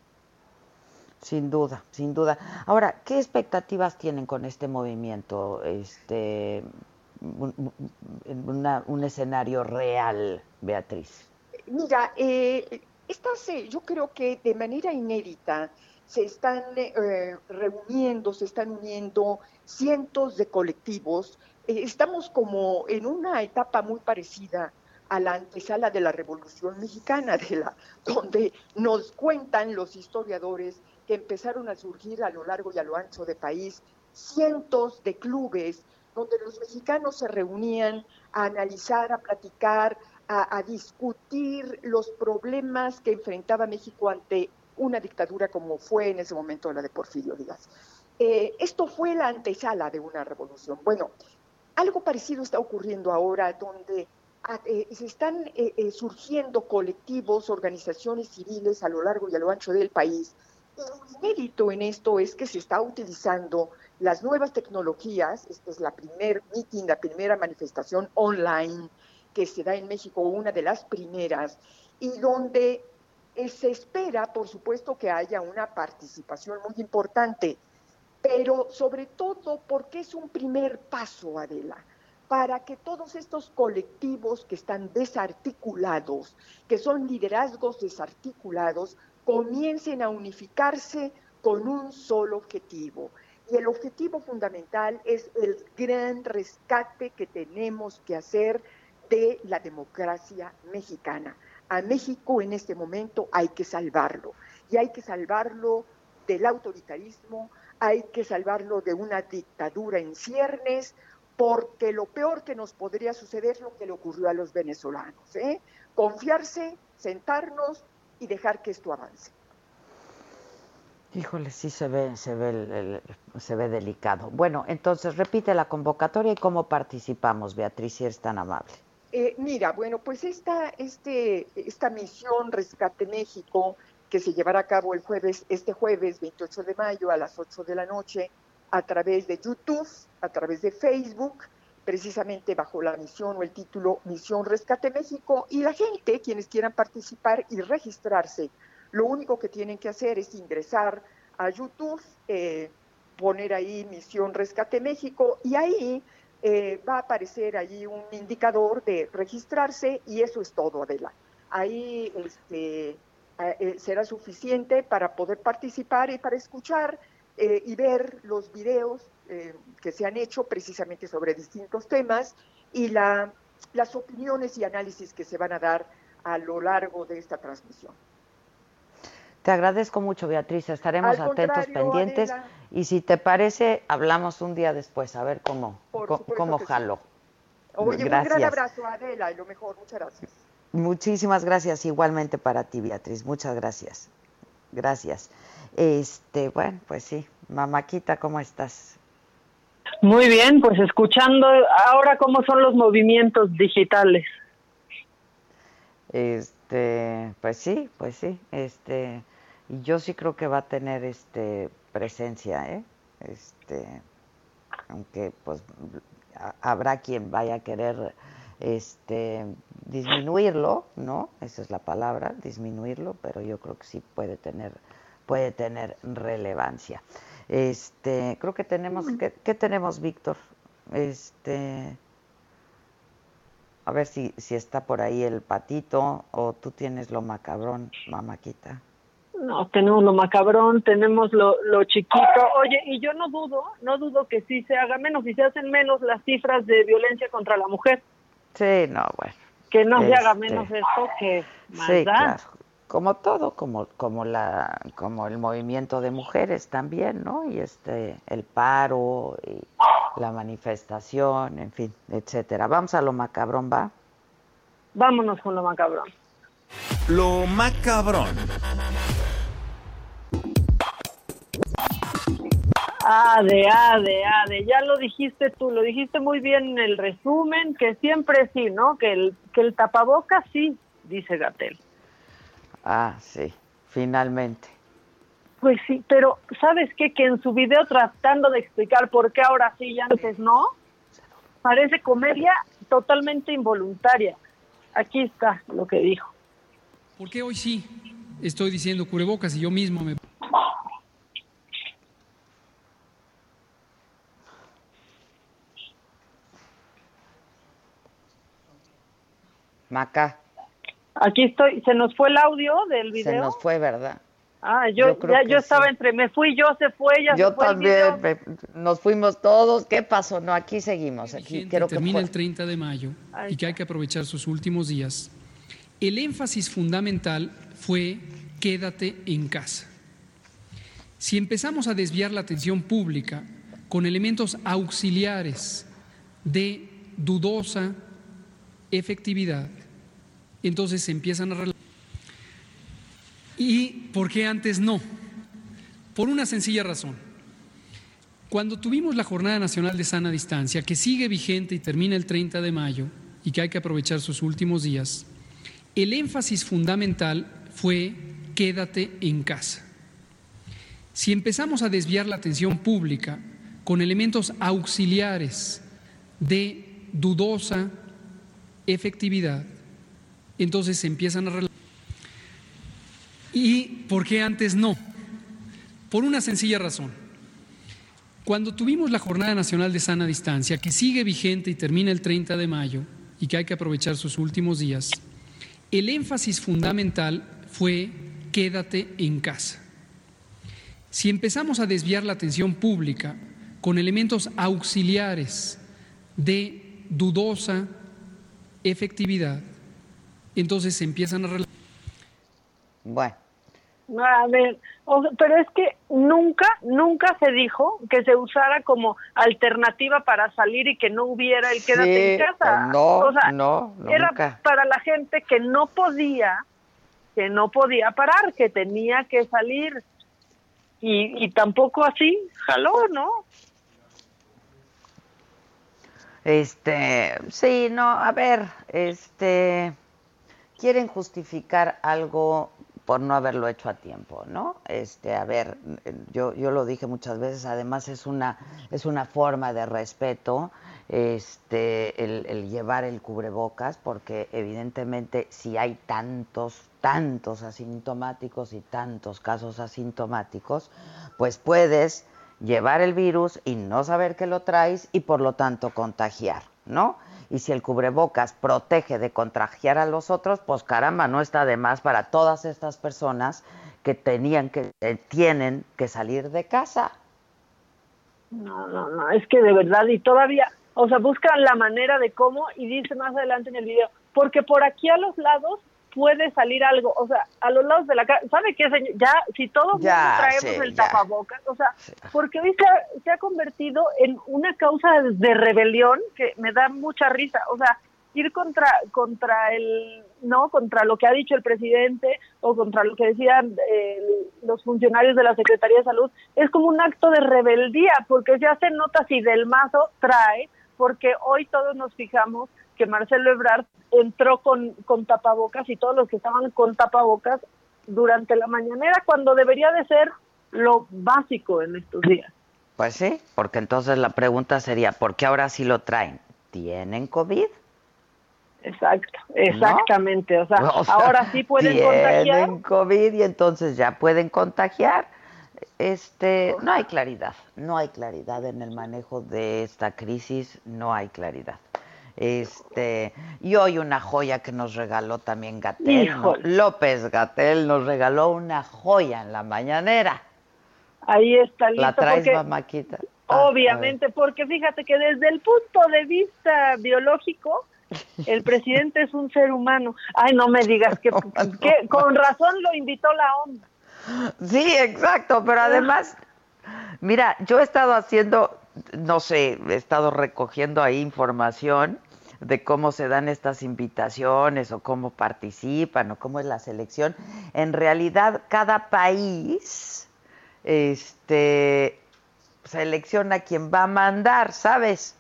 Sin duda, sin duda. Ahora, ¿qué expectativas tienen con este movimiento, este, un, una, un escenario real, Beatriz? Mira, eh, estas, eh, yo creo que de manera inédita se están eh, reuniendo, se están uniendo cientos de colectivos. Eh, estamos como en una etapa muy parecida a la antesala de la Revolución Mexicana, de la, donde nos cuentan los historiadores que empezaron a surgir a lo largo y a lo ancho del país cientos de clubes donde los mexicanos se reunían a analizar, a platicar, a, a discutir los problemas que enfrentaba México ante una dictadura como fue en ese momento la de Porfirio Díaz. Eh, esto fue la antesala de una revolución. Bueno, algo parecido está ocurriendo ahora, donde eh, se están eh, eh, surgiendo colectivos, organizaciones civiles a lo largo y a lo ancho del país. Lo inédito en esto es que se está utilizando las nuevas tecnologías. Esta es la primer meeting, la primera manifestación online que se da en México, una de las primeras, y donde eh, se espera, por supuesto, que haya una participación muy importante, pero sobre todo porque es un primer paso, Adela, para que todos estos colectivos que están desarticulados, que son liderazgos desarticulados, comiencen a unificarse con un solo objetivo. Y el objetivo fundamental es el gran rescate que tenemos que hacer de la democracia mexicana. A México en este momento hay que salvarlo, y hay que salvarlo del autoritarismo, hay que salvarlo de una dictadura en ciernes, porque lo peor que nos podría suceder es lo que le ocurrió a los venezolanos, ¿eh? Confiarse, sentarnos y dejar que esto avance. Híjole, sí se ve, se ve, el, el, se ve delicado. Bueno, entonces repite la convocatoria y cómo participamos, Beatriz, si eres tan amable. Eh, mira, bueno, pues esta, este, esta misión Rescate México, que se llevará a cabo el jueves, este jueves veintiocho de mayo a las ocho de la noche, a través de YouTube, a través de Facebook, precisamente bajo la misión o el título Misión Rescate México, y la gente, quienes quieran participar y registrarse, lo único que tienen que hacer es ingresar a YouTube, eh, poner ahí Misión Rescate México, y ahí eh, va a aparecer allí un indicador de registrarse y eso es todo, Adela. Ahí este, eh, será suficiente para poder participar y para escuchar eh, y ver los videos eh, que se han hecho precisamente sobre distintos temas y la, las opiniones y análisis que se van a dar a lo largo de esta transmisión. Te agradezco mucho, Beatriz. Estaremos Al atentos, pendientes. Adela, y si te parece, hablamos un día después, a ver cómo, cómo, cómo jalo. Sí. Oye, gracias. Un gran abrazo, Adela, y lo mejor. Muchas gracias. Muchísimas gracias, igualmente para ti, Beatriz. Muchas gracias. Gracias. Este, bueno, pues sí. Mamáquita, ¿cómo estás? Muy bien, pues escuchando ahora cómo son los movimientos digitales. Este, pues sí, pues sí. Este, y yo sí creo que va a tener este presencia, ¿eh? Este, aunque pues a, habrá quien vaya a querer este disminuirlo, ¿no? Esa es la palabra, disminuirlo, pero yo creo que sí puede tener puede tener relevancia. Este, creo que tenemos ¿qué, qué tenemos, Víctor? Este, a ver si si está por ahí el patito o tú tienes lo macabrón, Mamáquita. No, tenemos lo macabrón, tenemos lo, lo chiquito. Oye, y yo no dudo, no dudo que sí se haga menos y se hacen menos las cifras de violencia contra la mujer. Sí, no, bueno. Que no este, se haga menos esto que más sí, da. claro. Como todo, como como la como el movimiento de mujeres también, ¿no? Y este el paro y la manifestación, en fin, etcétera. Vamos a lo macabrón, ¿va? Vámonos con lo macabrón. Lo macabrón. Ade, ade, ade, ya lo dijiste tú, lo dijiste muy bien en el resumen, que siempre sí, ¿no? Que el, que el tapabocas sí, dice Gatell. Ah, sí, finalmente. Pues sí, pero ¿sabes qué? Que en su video tratando de explicar por qué ahora sí y antes no, parece comedia totalmente involuntaria. Aquí está lo que dijo. ¿Por qué hoy sí estoy diciendo cubrebocas y yo mismo me... Maca. Aquí estoy, se nos fue el audio del video. Se nos fue, ¿verdad? Ah, yo yo, ya yo estaba sí. entre me fui, yo se fue, ella yo se fue. Yo también, me, nos fuimos todos. ¿Qué pasó? No, aquí seguimos. Aquí quiero que termina el treinta de mayo Ay. y que hay que aprovechar sus últimos días. El énfasis fundamental fue quédate en casa. Si empezamos a desviar la atención pública con elementos auxiliares de dudosa efectividad, entonces se empiezan a relacionar. ¿Y por qué antes no? Por una sencilla razón. Cuando tuvimos la Jornada Nacional de Sana Distancia, que sigue vigente y termina el treinta de mayo, y que hay que aprovechar sus últimos días, el énfasis fundamental fue quédate en casa. Si empezamos a desviar la atención pública con elementos auxiliares de dudosa efectividad, entonces se empiezan a relacionar. ¿Y por qué antes no? Por una sencilla razón. Cuando tuvimos la Jornada Nacional de Sana Distancia, que sigue vigente y termina el treinta de mayo, y que hay que aprovechar sus últimos días, el énfasis fundamental fue quédate en casa. Si empezamos a desviar la atención pública con elementos auxiliares de dudosa efectividad, entonces se empiezan a relacionar. Bueno. A ver, o, pero es que nunca, nunca se dijo que se usara como alternativa para salir y que no hubiera el quédate sí, en casa. No, o sea, no, era nunca. Para la gente que no podía, que no podía parar, que tenía que salir. Y, y tampoco así, jaló, ¿no? Este, sí, no, a ver, este, quieren justificar algo por no haberlo hecho a tiempo, ¿no? Este, a ver, yo yo lo dije muchas veces, además es una es una forma de respeto, este, el, el llevar el cubrebocas, porque evidentemente si hay tantos tantos asintomáticos y tantos casos asintomáticos, pues puedes llevar el virus y no saber que lo traes y por lo tanto contagiar, ¿no? Y si el cubrebocas protege de contagiar a los otros, pues caramba, no está de más para todas estas personas que tenían que eh, tienen que salir de casa. No, no, no, es que de verdad, y todavía, o sea, buscan la manera de cómo, y dice más adelante en el video, porque por aquí a los lados puede salir algo, o sea, a los lados de la cara, ¿sabe qué, señor? Ya, si todos Ya, traemos sí, el ya. tapabocas, o sea, porque hoy se ha, se ha convertido en una causa de rebelión que me da mucha risa, o sea, ir contra contra el no contra lo que ha dicho el presidente o contra lo que decían eh, los funcionarios de la Secretaría de Salud es como un acto de rebeldía, porque se hacen notas y Del Mazo trae, porque hoy todos nos fijamos que Marcelo Ebrard entró con, con tapabocas y todos los que estaban con tapabocas durante la mañanera, cuando debería de ser lo básico en estos días. Pues sí, porque entonces la pregunta sería, ¿por qué ahora sí lo traen? ¿Tienen COVID? Exacto, exactamente, ¿no? o, sea, o sea, ahora sí pueden tienen contagiar. Tienen COVID y entonces ya pueden contagiar. Este, no hay claridad, no hay claridad en el manejo de esta crisis, no hay claridad. Este, y hoy una joya que nos regaló también Gatell, ¿no? López-Gatell nos regaló una joya en la mañanera. Ahí está listo. ¿La traes, porque, mamáquita? Ah, obviamente, porque fíjate que desde el punto de vista biológico, el presidente es un ser humano. Ay, no me digas que, que con razón lo invitó la O M S. Sí, exacto, pero además, mira, yo he estado haciendo, no sé, he estado recogiendo ahí información de cómo se dan estas invitaciones o cómo participan o cómo es la selección. En realidad, cada país este, selecciona quién va a mandar, ¿sabes?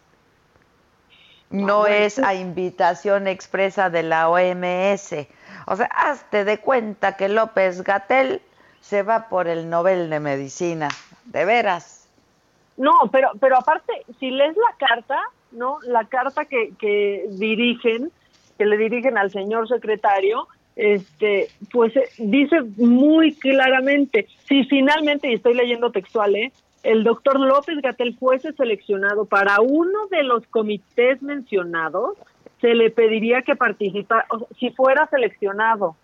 No es a invitación expresa de la O M S. O sea, hazte de cuenta que López-Gatell se va por el Nobel de Medicina. De veras. No, pero pero aparte, si lees la carta, ¿no? La carta que, que dirigen, que le dirigen al señor secretario, este, pues eh, dice muy claramente, si finalmente, y estoy leyendo textual, ¿eh? el doctor López-Gatell fuese seleccionado para uno de los comités mencionados, se le pediría que participara, o sea, si fuera seleccionado.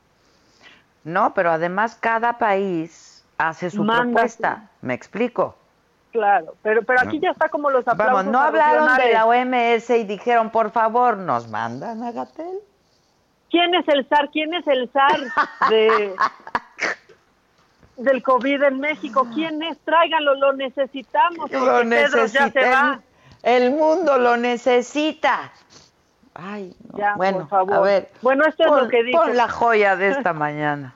No, pero además cada país hace su Manda propuesta. ¿Me explico? Claro, pero pero aquí ya está como los aplausos. Vamos, no hablaron de la O M S y dijeron, por favor, ¿nos mandan a Gatell? ¿Quién es el zar? ¿Quién es el zar de... del COVID en México? ¿Quién es? Tráiganlo, lo necesitamos. Lo Pedro ya se va. El, el mundo lo necesita. Ay, no. Ya, bueno, por favor. A ver, bueno, esto pon, es lo que dice. Pon la joya de esta mañana.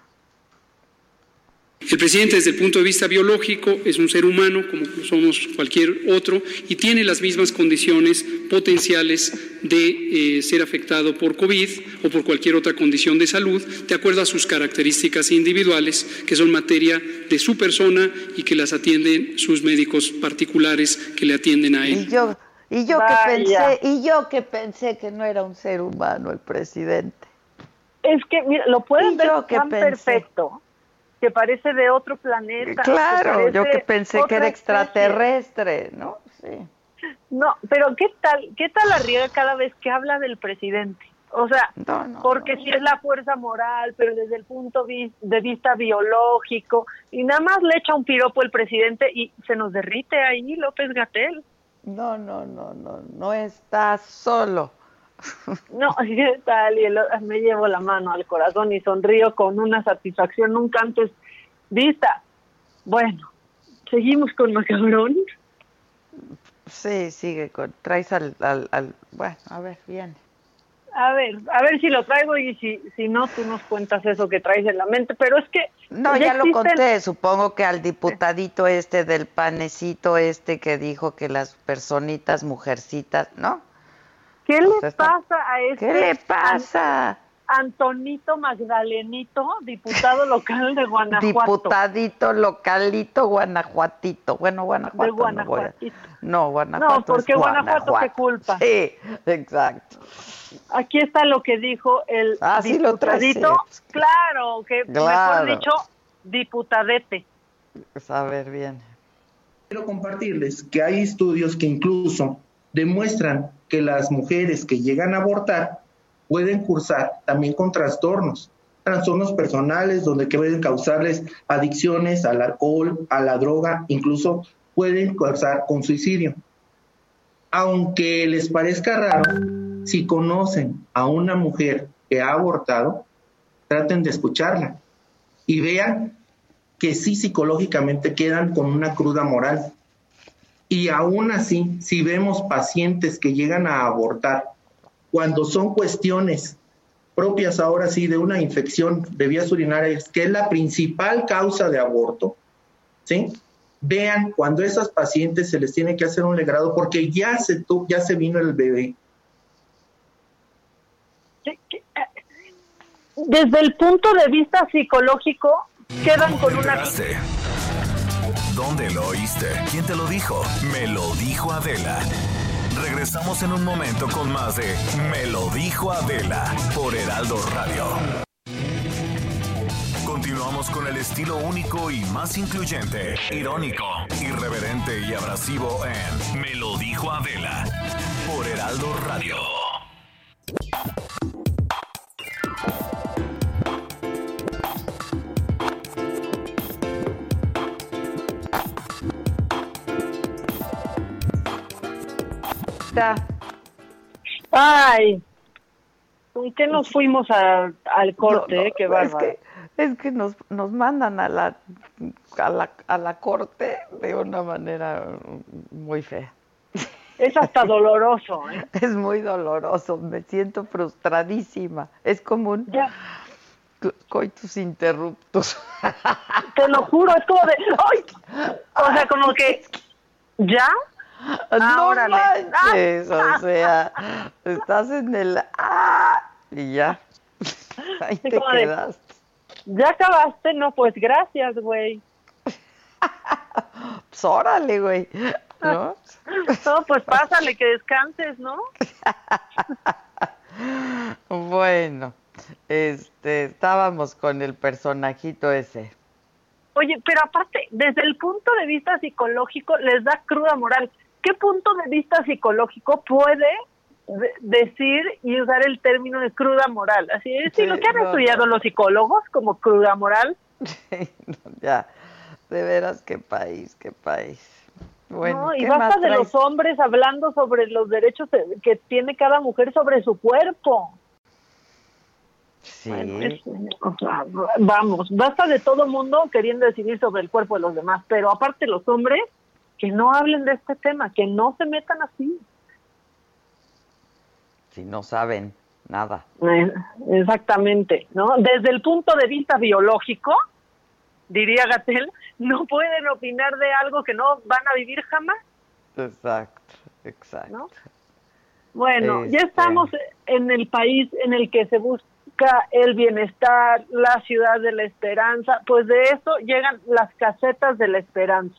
El presidente, desde el punto de vista biológico, es un ser humano como somos cualquier otro y tiene las mismas condiciones potenciales de eh, ser afectado por COVID o por cualquier otra condición de salud, de acuerdo a sus características individuales, que son materia de su persona y que las atienden sus médicos particulares que le atienden a él. Y yo, y yo Vaya. que pensé, y yo que pensé que no era un ser humano el presidente. Es que, mira, lo pueden Y ver yo que tan pensé. perfecto, que parece de otro planeta. Claro, que yo que pensé que otra era especie. extraterrestre, ¿no? Sí. No, pero ¿qué tal, qué tal la riega cada vez que habla del presidente? O sea, No, no, porque no. sí es la fuerza moral, pero desde el punto vi- de vista biológico, y nada más le echa un piropo el presidente y se nos derrite ahí López-Gatell. No, no, no, no, no estás solo. No, ¿qué tal? Y el- me llevo la mano al corazón y sonrío con una satisfacción nunca antes vista. Bueno, seguimos con Macabrón. Sí, sigue con, traes al, al, al, bueno, a ver, viene. A ver, a ver si lo traigo y si si no, tú nos cuentas eso que traes en la mente, pero es que... No, ya lo conté, supongo que al diputadito este del panecito este que dijo que las personitas, mujercitas, ¿no? ¿Qué O le sea, está- pasa a este? ¿Qué le pasa? Antonito Magdalenito, diputado local de Guanajuato. Diputadito, localito, guanajuatito. Bueno, Guanajuato. De no voy a- Guanajuatito. No, Guanajuato. No, porque es Guanajuato, ¿qué culpa? Sí, exacto. Aquí está lo que dijo el Ah, sí lo traes, diputadito. sí. Claro, que Claro. mejor dicho, diputadete. Pues a ver, bien. Quiero compartirles que hay estudios que incluso demuestran que las mujeres que llegan a abortar pueden cursar también con trastornos, trastornos personales donde pueden causarles adicciones al alcohol, a la droga, incluso pueden causar con suicidio. Aunque les parezca raro, si conocen a una mujer que ha abortado, traten de escucharla y vean que sí psicológicamente quedan con una cruda moral. Y aún así, si vemos pacientes que llegan a abortar, cuando son cuestiones propias ahora sí de una infección de vías urinarias, que es la principal causa de aborto, ¿sí? Vean cuando a esas pacientes se les tiene que hacer un legrado porque ya se, ya se vino el bebé. Desde el punto de vista psicológico, quedan con una... ¿Dónde lo oíste? ¿Quién te lo dijo? Me lo dijo Adela. Regresamos en un momento con más de Me lo dijo Adela por Heraldo Radio. Continuamos con el estilo único y más incluyente, irónico, irreverente y abrasivo en Me lo dijo Adela por Heraldo Radio. Ay, ¿con qué nos fuimos a, al corte? No, no, qué bárbaro. Es que, es que nos, nos mandan a la, a, la, a la corte de una manera muy fea. Es hasta doloroso, ¿eh? Es muy doloroso, me siento frustradísima. Es como un ya. coitus interruptus. Te lo juro, es como de... ¡Ay! O sea, como que... ¿Ya? No manches, o sea, estás en el ah y ya, ahí te quedaste. ¿Ya acabaste? No, pues gracias, güey. Pues órale, güey, ¿no? No, pues pásale, que descanses, ¿no? Bueno, este, estábamos con el personajito ese. Oye, pero aparte, desde el punto de vista psicológico, les da cruda moral. ¿Qué punto de vista psicológico puede de- decir y usar el término de cruda moral? Así es, sí, lo que han no, estudiado no. los psicólogos como cruda moral. No, ya, de veras, qué país, qué país. Bueno, no, y basta de los hombres hablando sobre los derechos que tiene cada mujer sobre su cuerpo. Sí. Bueno, es, o sea, vamos, basta de todo mundo queriendo decidir sobre el cuerpo de los demás, pero aparte los hombres, que no hablen de este tema, que no se metan así. Si no saben nada. Exactamente, ¿no? Desde el punto de vista biológico, diría Gatell, no pueden opinar de algo que no van a vivir jamás. Exacto, exacto. ¿No? Bueno, este... ya estamos en el país en el que se busca el bienestar, la ciudad de la esperanza, pues de eso llegan las casetas de la esperanza.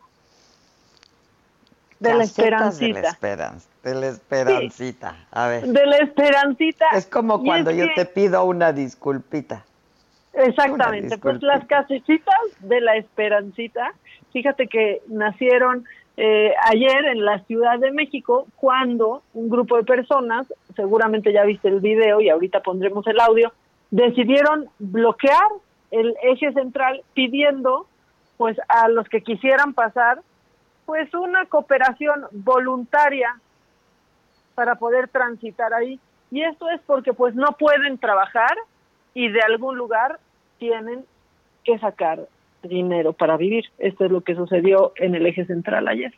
De la esperancita. De la esperanza, de la esperancita. Sí. A ver. De la esperancita. Es como cuando es yo que... te pido una disculpita. Exactamente, pues las casecitas de la esperancita, fíjate que nacieron eh, ayer en la Ciudad de México, cuando un grupo de personas, seguramente ya viste el video y ahorita pondremos el audio, decidieron bloquear el eje central pidiendo pues a los que quisieran pasar pues una cooperación voluntaria para poder transitar ahí. Y esto es porque pues no pueden trabajar y de algún lugar tienen que sacar dinero para vivir. Esto es lo que sucedió en el eje central ayer.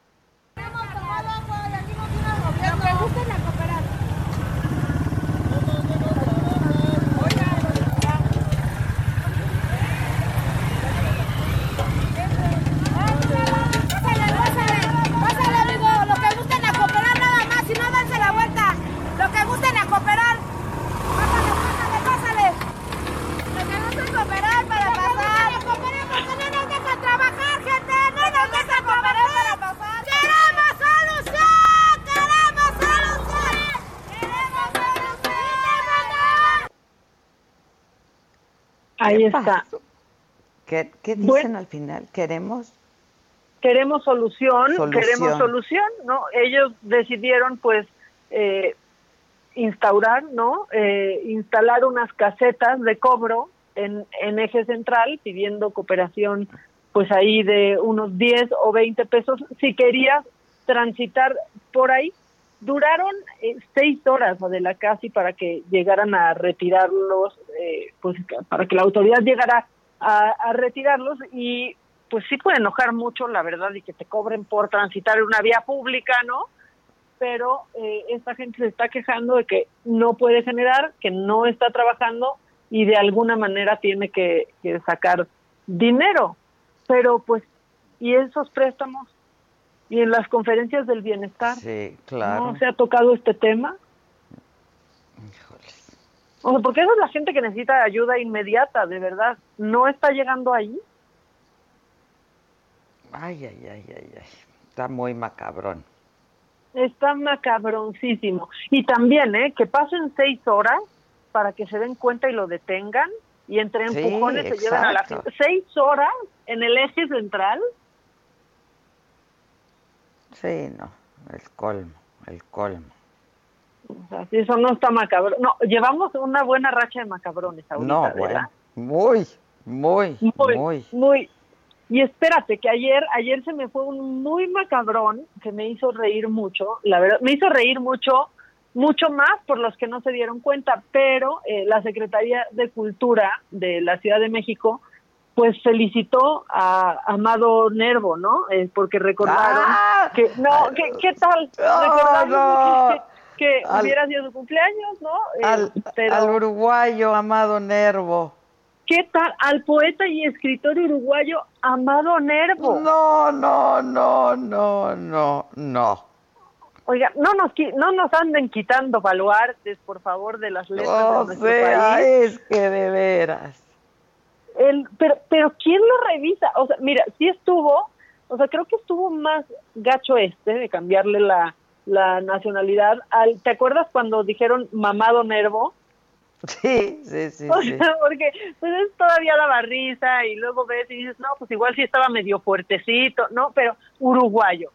Ahí está. ¿Qué, qué dicen bueno, al final? ¿Queremos? queremos solución, Solución. queremos solución, ¿no? Ellos decidieron, pues, eh, instaurar, ¿no? Eh, instalar unas casetas de cobro en, en eje central, pidiendo cooperación, pues ahí de unos diez o veinte pesos, si querías transitar por ahí. Duraron eh, seis horas, Adela, casi, para que llegaran a retirarlos, eh, pues para que la autoridad llegara a, a retirarlos, y pues sí puede enojar mucho, la verdad, y que te cobren por transitar en una vía pública, ¿no? Pero eh, esta gente se está quejando de que no puede generar, que no está trabajando y de alguna manera tiene que, que sacar dinero. Pero pues, ¿y esos préstamos? ¿Y en las conferencias del bienestar? Sí, claro. ¿No se ha tocado este tema? Híjoles. O sea, porque esa es la gente que necesita ayuda inmediata, de verdad. ¿No está llegando ahí? Ay, ay, ay, ay, ay. Está muy macabrón. Está macabroncísimo. Y también, ¿eh? Que pasen seis horas para que se den cuenta y lo detengan, y entre empujones Sí, se lleven a la exacto. gente. Seis horas en el eje central. Sí, no, el colmo, el colmo. O sea, si eso no está macabrón. No, llevamos una buena racha de macabrones ahorita. No, ¿verdad? bueno, muy, muy, Muy, muy. muy. Y espérate, que ayer, ayer se me fue un muy macabrón que me hizo reír mucho, la verdad, me hizo reír mucho, mucho más por los que no se dieron cuenta, pero eh, la Secretaría de Cultura de la Ciudad de México, pues felicitó a Amado Nervo, ¿no? Eh, porque recordaron ¡Ah! que, no, que, ¿qué tal? No, Recordaron no. que, que Al- hubiera sido su cumpleaños, ¿no? Eh, Al, pero... al uruguayo Amado Nervo. ¿Qué tal? Al poeta y escritor uruguayo Amado Nervo. No, no, no, no, no, no. Oiga, no nos qui- no nos anden quitando baluartes, por favor, de las letras O de nuestro sea, país. es que de veras. El, pero, pero ¿quién lo revisa? O sea, mira, sí estuvo, o sea, creo que estuvo más gacho este de cambiarle la, la nacionalidad al, ¿te acuerdas cuando dijeron Mamado Nervo? Sí, sí, sí, O sí. sea, porque pues es todavía daba risa y luego ves y dices, no, pues igual sí estaba medio fuertecito, no, pero uruguayo.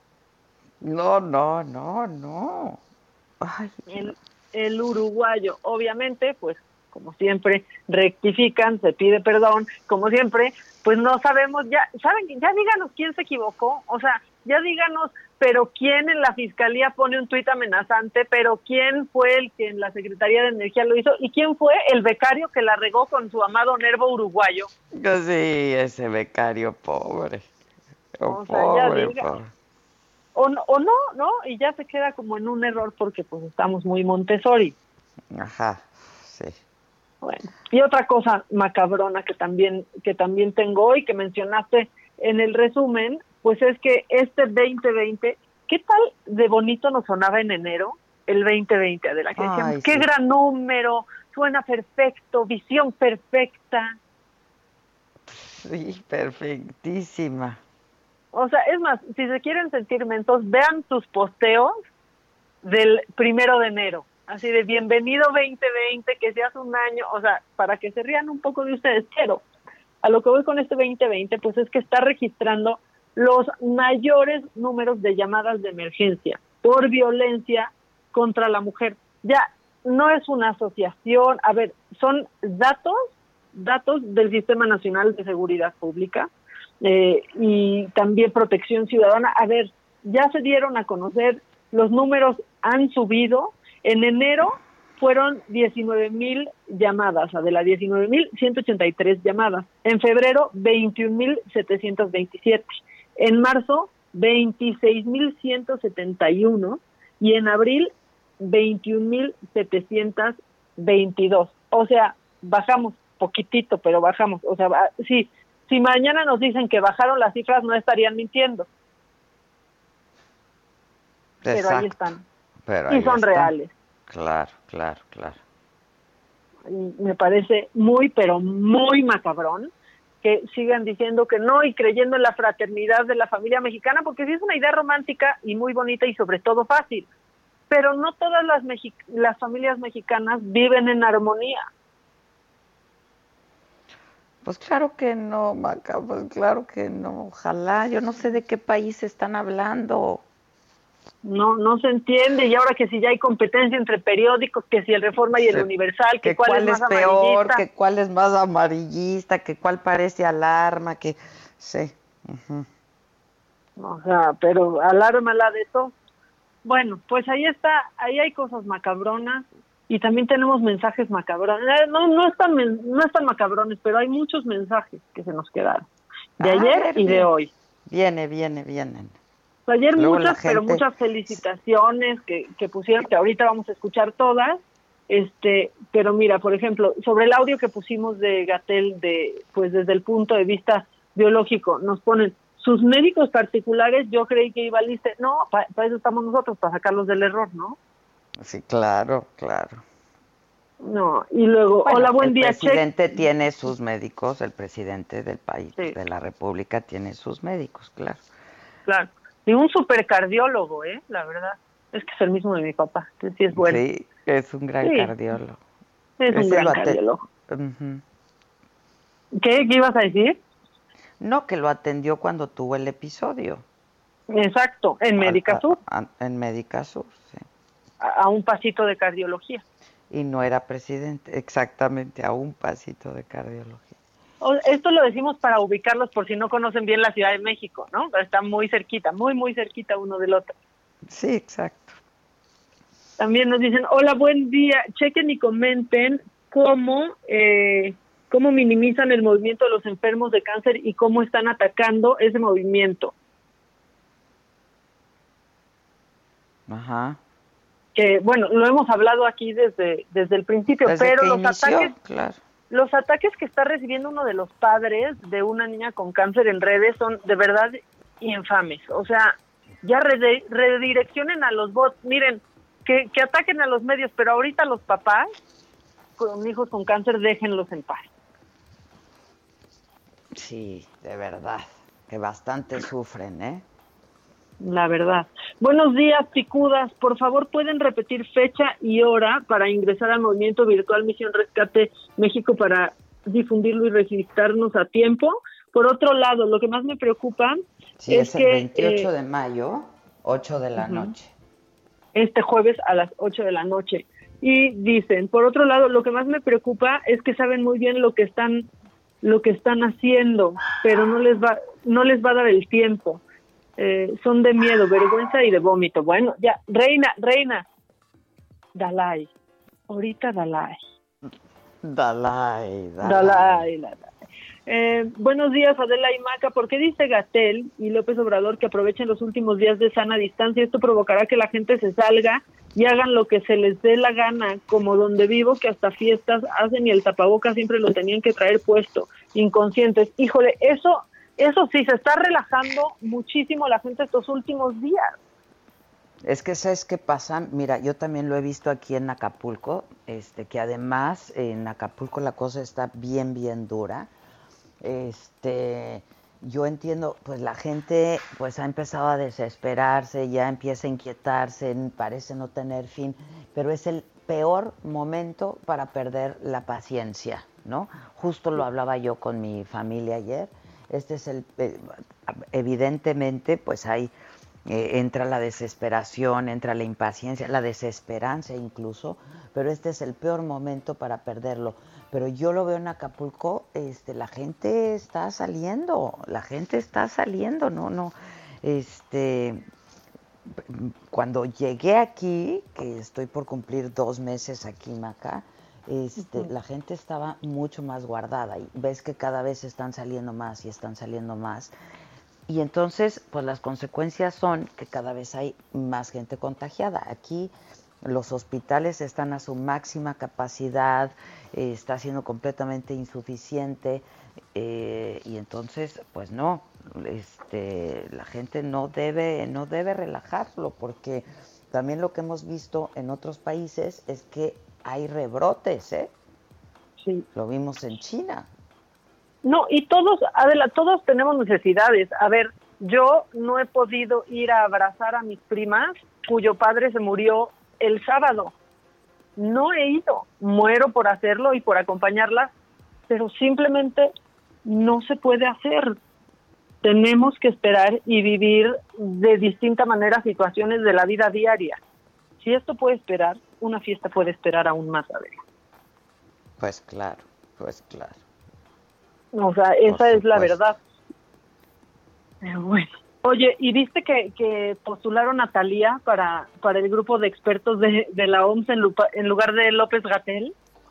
No, no, no, no. Ay, El, el uruguayo, obviamente, pues como siempre, rectifican, se pide perdón, como siempre, pues no sabemos, ya, ¿saben? Ya díganos quién se equivocó, o sea, ya díganos, pero quién en la Fiscalía pone un tuit amenazante, pero quién fue el que en la Secretaría de Energía lo hizo, y quién fue el becario que la regó con su amado Nervo uruguayo. sí, ese becario pobre. Oh, O sea, ya pobre, diga. pobre. O no, o no, ¿no? Y ya se queda como en un error porque pues estamos muy Montessori. Ajá, sí. Bueno, y otra cosa macabrona que también que también tengo hoy, que mencionaste en el resumen, pues es que este veinte veinte, ¿qué tal de bonito nos sonaba en enero? El veinte veinte, de la que decíamos, Ay, qué sí. gran número, suena perfecto, visión perfecta. Sí, perfectísima. O sea, es más, si se quieren sentir mentos, vean sus posteos del primero de enero. Así de bienvenido veinte veinte, que seas un año, o sea, para que se rían un poco de ustedes. Pero a lo que voy con este veinte veinte, pues es que está registrando los mayores números de llamadas de emergencia por violencia contra la mujer. Ya no es una asociación, a ver, son datos, datos del Sistema Nacional de Seguridad Pública eh, y también Protección Ciudadana. A ver, ya se dieron a conocer, los números han subido. En enero fueron diecinueve mil llamadas, Adela, diecinueve mil ciento ochenta y tres llamadas. En febrero, veintiún mil setecientos veintisiete. En marzo, veintiséis mil ciento setenta y uno. Y en abril, veintiún mil setecientos veintidós. O sea, bajamos poquitito, pero bajamos. O sea, si, si mañana nos dicen que bajaron las cifras, no estarían mintiendo. Pero Exacto. ahí están. Pero Y ahí son está. reales. Claro, claro, claro. Y me parece muy, pero muy macabrón que sigan diciendo que no y creyendo en la fraternidad de la familia mexicana, porque sí es una idea romántica y muy bonita y sobre todo fácil, pero no todas las, mexi- las familias mexicanas viven en armonía. Pues claro que no, Maca, pues claro que no. Ojalá, yo no sé de qué país están hablando. No, no se entiende. Y ahora que si ya hay competencia entre periódicos, que si el Reforma y el Sí. Universal, que, que cuál, cuál es es más peor, amarillista. que cuál es más amarillista, que cuál parece alarma, que sí. Uh-huh. O sea, pero alarma la de todo. Bueno, pues ahí está, ahí hay cosas macabronas y también tenemos mensajes macabrones. No, no están, no están macabrones, pero hay muchos mensajes que se nos quedaron de Ah, ayer ver, y de viene. hoy. Viene, viene, vienen. Ayer Luego muchas, la gente... pero muchas felicitaciones que, que pusieron, que ahorita vamos a escuchar todas. Este, pero mira, por ejemplo, sobre el audio que pusimos de Gatell, de, pues desde el punto de vista biológico, nos ponen sus médicos particulares. Yo creí que iba lista. No, para pa eso estamos nosotros, para sacarlos del error, ¿no? Sí, claro, claro. No, y luego, Bueno, hola, buen el día, presidente Che. tiene sus médicos, el presidente del país, Sí. de la República, tiene sus médicos, claro. Claro. Y un supercardiólogo, ¿eh? La verdad. Es que es el mismo de mi papá. Entonces sí es bueno. Sí, es un gran Sí. cardiólogo. Es un Ese gran lo ate- cardiólogo. Ujú. ¿Qué? ¿Qué ibas a decir? No, que lo atendió cuando tuvo el episodio. Exacto, en Médica Sur, A- a- en Médica Sur, sí. a, a un pasito de cardiología. Y no era presidente, exactamente, a un pasito de cardiología. O- Esto lo decimos para ubicarlos por si no conocen bien la Ciudad de México, ¿no? Está muy cerquita, muy, muy cerquita uno del otro. Sí, exacto. También nos dicen, hola, buen día, chequen y comenten cómo, eh, cómo minimizan el movimiento de los enfermos de cáncer y cómo están atacando ese movimiento. Ajá. Que, bueno, lo hemos hablado aquí desde, desde el principio, Desde pero que los inició, ataques... claro. Los ataques que está recibiendo uno de los padres de una niña con cáncer en redes son de verdad infames. O sea, ya rede- redireccionen a los bots. Miren, que, que ataquen a los medios, pero ahorita los papás con hijos con cáncer, déjenlos en paz. Sí, de verdad, que bastante sufren, ¿eh? La verdad. Buenos días, picudas. Por favor, ¿pueden repetir fecha y hora para ingresar al movimiento virtual Misión Rescate México para difundirlo y registrarnos a tiempo? Por otro lado, lo que más me preocupa Sí, es, es el que... veintiocho eh, de mayo, ocho de la uh-huh. noche. Este jueves a las ocho de la noche. Y dicen, por otro lado, lo que más me preocupa es que saben muy bien lo que están lo que están haciendo, pero no les va no les va a dar el tiempo. Eh, son de miedo, vergüenza y de vómito. Bueno, ya, reina, reina, Dalai, ahorita Dalai. Dalai, Dalai. Dalai, Dalai. Eh, buenos días, Adela y Maca. ¿Por qué dice Gatell y López Obrador que aprovechen los últimos días de sana distancia? Esto provocará que la gente se salga y hagan lo que se les dé la gana, como donde vivo, que hasta fiestas hacen y el tapabocas siempre lo tenían que traer puesto, inconscientes. Híjole, eso... Eso sí, se está relajando muchísimo la gente estos últimos días. Es que, ¿sabes qué pasa? Mira, yo también lo he visto aquí en Acapulco, este, que además en Acapulco la cosa está bien, bien dura. Este, yo entiendo, pues la gente pues ha empezado a desesperarse, ya empieza a inquietarse, parece no tener fin, pero es el peor momento para perder la paciencia, ¿no? Justo lo hablaba yo con mi familia ayer. Este es el, eh, evidentemente, pues ahí eh, entra la desesperación, entra la impaciencia, la desesperanza incluso, pero este es el peor momento para perderlo. Pero yo lo veo en Acapulco, este, la gente está saliendo, la gente está saliendo, no, no, este, cuando llegué aquí, que estoy por cumplir dos meses aquí, Maca, Este, uh-huh. la gente estaba mucho más guardada y ves que cada vez están saliendo más y están saliendo más y entonces pues las consecuencias son que cada vez hay más gente contagiada. Aquí los hospitales están a su máxima capacidad, eh, está siendo completamente insuficiente eh, y entonces pues no, este, la gente no debe, no debe relajarlo, porque también lo que hemos visto en otros países es que hay rebrotes, ¿eh? Sí. Lo vimos en China. No, y todos, Adela, todos tenemos necesidades. A ver, yo no he podido ir a abrazar a mis primas, cuyo padre se murió el sábado. No he ido. Muero por hacerlo y por acompañarlas, pero simplemente no se puede hacer. Tenemos que esperar y vivir de distinta manera situaciones de la vida diaria. Si esto puede esperar, una fiesta puede esperar aún más, Adela. Pues claro, pues claro. O sea, esa es la verdad. Pero bueno. Oye, ¿y viste que, que postularon a Thalía para, para el grupo de expertos de, de la O M S en, Lupa, en lugar de López-Gatell?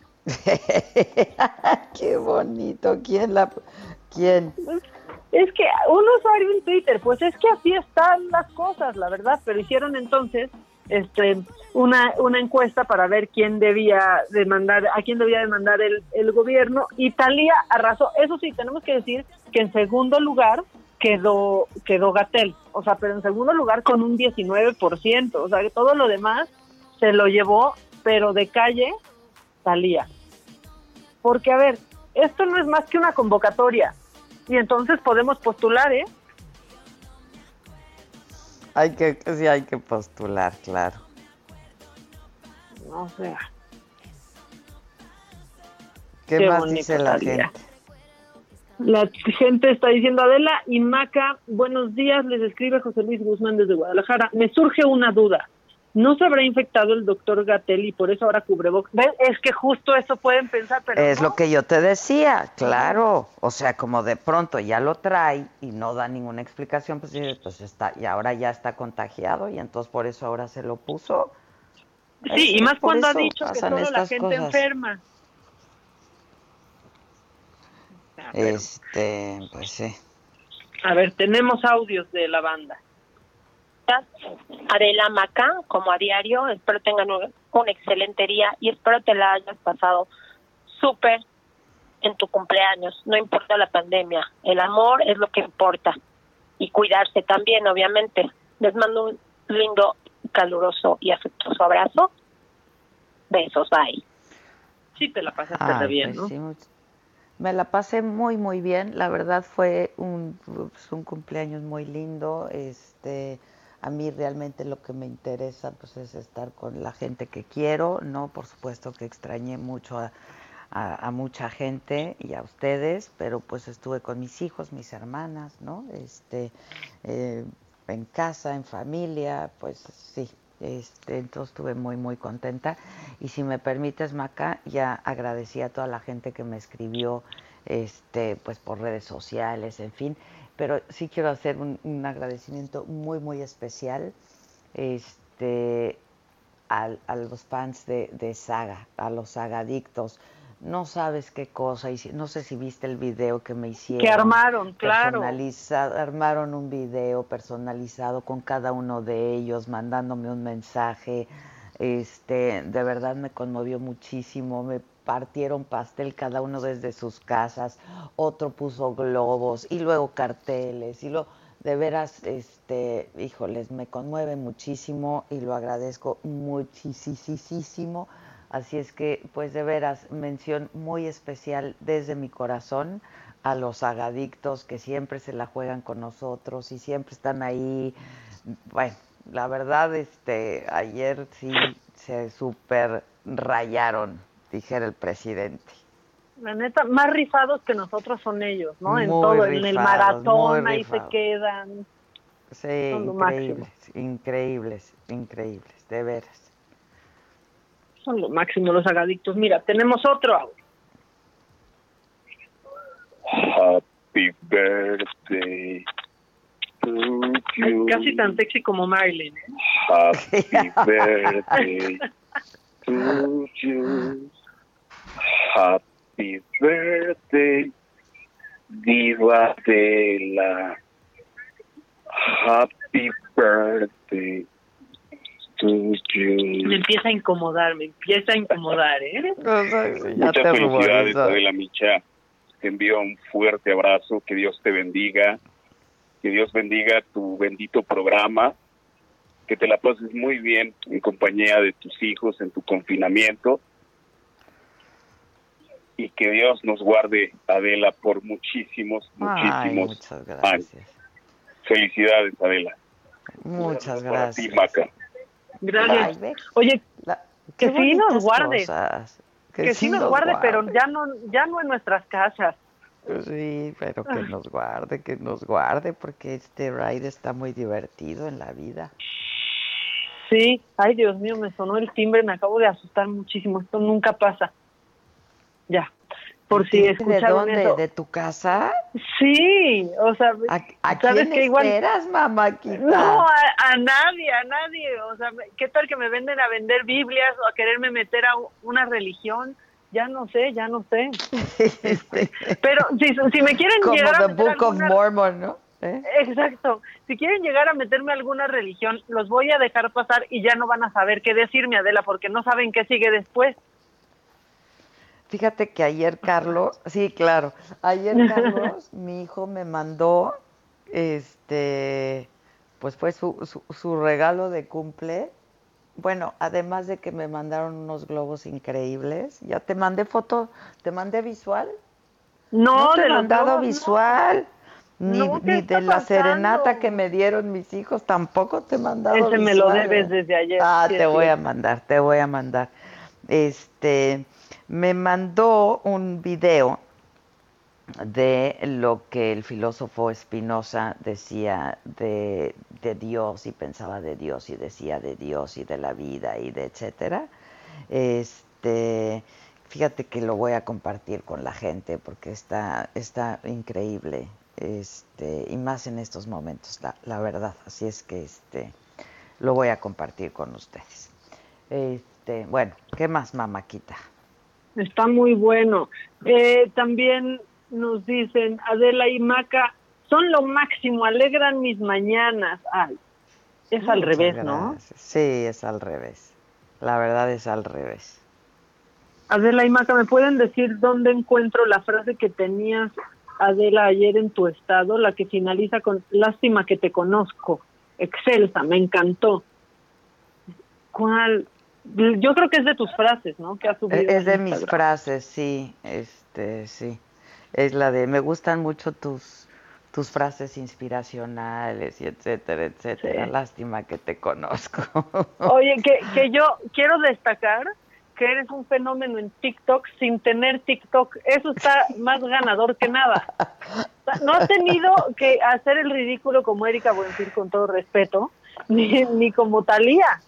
Qué bonito. ¿Quién la...? ¿Quién? Es que un usuario en Twitter, pues es que así están las cosas, la verdad, pero hicieron entonces este una una encuesta para ver quién debía demandar, a quién debía demandar el, el gobierno, y Thalía arrasó. Eso sí, tenemos que decir que en segundo lugar quedó quedó Gatell, o sea, pero en segundo lugar con un diecinueve por ciento, o sea, que todo lo demás se lo llevó, pero de calle, Thalía. Porque, a ver, esto no es más que una convocatoria, y entonces podemos postular, ¿eh? Hay que, sí, hay que postular, claro. No sé. ¿Qué, ¿Qué más dice la Thalía? gente? La gente está diciendo, Adela y Maca, buenos días, les escribe José Luis Guzmán desde Guadalajara. Me surge una duda. ¿No se habrá infectado el doctor Gatell y por eso ahora cubrebocas? ¿Ven? Es que justo eso pueden pensar, pero es no. Lo que yo te decía, claro. O sea, como de pronto ya lo trae y no da ninguna explicación, pues, pues está, y ahora ya está contagiado y entonces por eso ahora se lo puso. Sí, eso, y más cuando ha dicho que solo la gente cosas. enferma. Ah, pero... Este, pues sí. A ver, tenemos audios de la banda. Adela, Maca, como a diario, espero tengan un, un excelente día y espero te la hayas pasado súper en tu cumpleaños. No importa la pandemia, el amor es lo que importa y cuidarse también, obviamente. Les mando un lindo, caluroso y afectuoso abrazo. Besos, bye. Sí, te la pasaste ah, bien, pues ¿no? Sí, mucho. Me la pasé muy, muy bien. La verdad fue un, pues, un cumpleaños muy lindo. Este, a mí realmente lo que me interesa pues es estar con la gente que quiero, ¿no? Por supuesto que extrañé mucho a, a, a mucha gente y a ustedes, pero pues estuve con mis hijos, mis hermanas, ¿no? Este, eh, en casa, en familia, pues sí. Este, entonces estuve muy muy contenta y si me permites, Maca, ya agradecí a toda la gente que me escribió este pues por redes sociales, en fin, pero sí quiero hacer un, un agradecimiento muy muy especial este a, a los fans de, de Saga, a los Sagadictos. No sabes qué cosa, y no sé si viste el video que me hicieron. Que armaron, claro. Armaron un video personalizado con cada uno de ellos, mandándome un mensaje. Este, de verdad me conmovió muchísimo. Me partieron pastel cada uno desde sus casas. Otro puso globos y luego carteles y luego, de veras, este, híjoles, me conmueve muchísimo y lo agradezco muchísimo. Así es que, pues de veras, mención muy especial desde mi corazón a los Sagadictos que siempre se la juegan con nosotros y siempre están ahí. Bueno, la verdad, este, ayer sí se super rayaron, dijera el presidente. La neta, más rifados que nosotros son ellos, ¿no? Muy en todo, rifados, en el maratón ahí se quedan. Sí, increíbles, increíbles, increíbles, de veras. Son lo máximo los Sagadictos. Mira, tenemos otro audio. Happy birthday to you. Casi tan sexy como Marilyn, ¿eh? Happy birthday to you. Happy birthday, Diva de la. Happy birthday. Me empieza a incomodar, me empieza a incomodar, ¿eh? Muchas felicidades, Adela Micha. Te envío un fuerte abrazo, que Dios te bendiga, que Dios bendiga tu bendito programa, que te la pases muy bien en compañía de tus hijos en tu confinamiento y que Dios nos guarde, Adela, por muchísimos, muchísimos Ay, muchas gracias. años. Felicidades, Adela. Muchas gracias. Para ti, Maca. Gracias. Ay, oye, la, que sí nos guarde, cosas. que, que sí nos guarde, guarde, pero ya no, ya no en nuestras casas. Sí, pero que nos guarde, que nos guarde, porque este ride está muy divertido en la vida. Sí, ay Dios mío, me sonó el timbre, me acabo de asustar muchísimo, esto nunca pasa. Ya, por si escucharon ¿De dónde? eso. ¿De tu casa? Sí, o sea, ¿A, a ¿sabes quién que igual esperas, mamáquita? No, a, a nadie, a nadie, o sea, ¿qué tal que me venden a vender Biblias o a quererme meter a una religión? Ya no sé, ya no sé. Este, pero si, si me quieren Como llegar the a meter Book of alguna... Mormon, ¿no? ¿Eh? Exacto. Si quieren llegar a meterme a alguna religión, los voy a dejar pasar y ya no van a saber qué decirme, Adela, porque no saben qué sigue después. Fíjate que ayer Carlos, sí, claro, ayer Carlos, mi hijo me mandó, este, pues fue su, su, su regalo de cumple. Bueno, además de que me mandaron unos globos increíbles. Ya te mandé foto, te mandé visual. No, no te de he mandado globos, visual. No. Ni, No, ni de la pasando? serenata que me dieron mis hijos, tampoco te he mandado Ese visual. me lo debes desde ayer. Ah, sí, te voy sí. a mandar, te voy a mandar. Este, me mandó un video de lo que el filósofo Spinoza decía de, de Dios y pensaba de Dios y decía de Dios y de la vida y de etcétera. Este, fíjate que lo voy a compartir con la gente porque está, está increíble, este, y más en estos momentos, la, la verdad. Así es que este, lo voy a compartir con ustedes. Este, bueno, ¿qué más, mamáquita? Está muy bueno. Eh, también nos dicen, Adela y Maca, son lo máximo, alegran mis mañanas. Ay, es al Muchas revés, gracias. ¿no? Sí, es al revés. La verdad es al revés. Adela y Maca, ¿me pueden decir dónde encuentro la frase que tenías, Adela, ayer en tu estado, la que finaliza con lástima que te conozco? Excelsa, me encantó. ¿Cuál? Yo creo que es de tus frases, ¿no? Que has subido Es de en mis Instagram. frases, sí, este, sí. Es la de, me gustan mucho tus tus frases inspiracionales y etcétera, etcétera. Sí. Lástima que te conozco. Oye, que, que yo quiero destacar que eres un fenómeno en TikTok sin tener TikTok. Eso está más ganador que nada. O sea, no has tenido que hacer el ridículo como Erika Buenfil, con todo respeto, ni, ni como Thalía.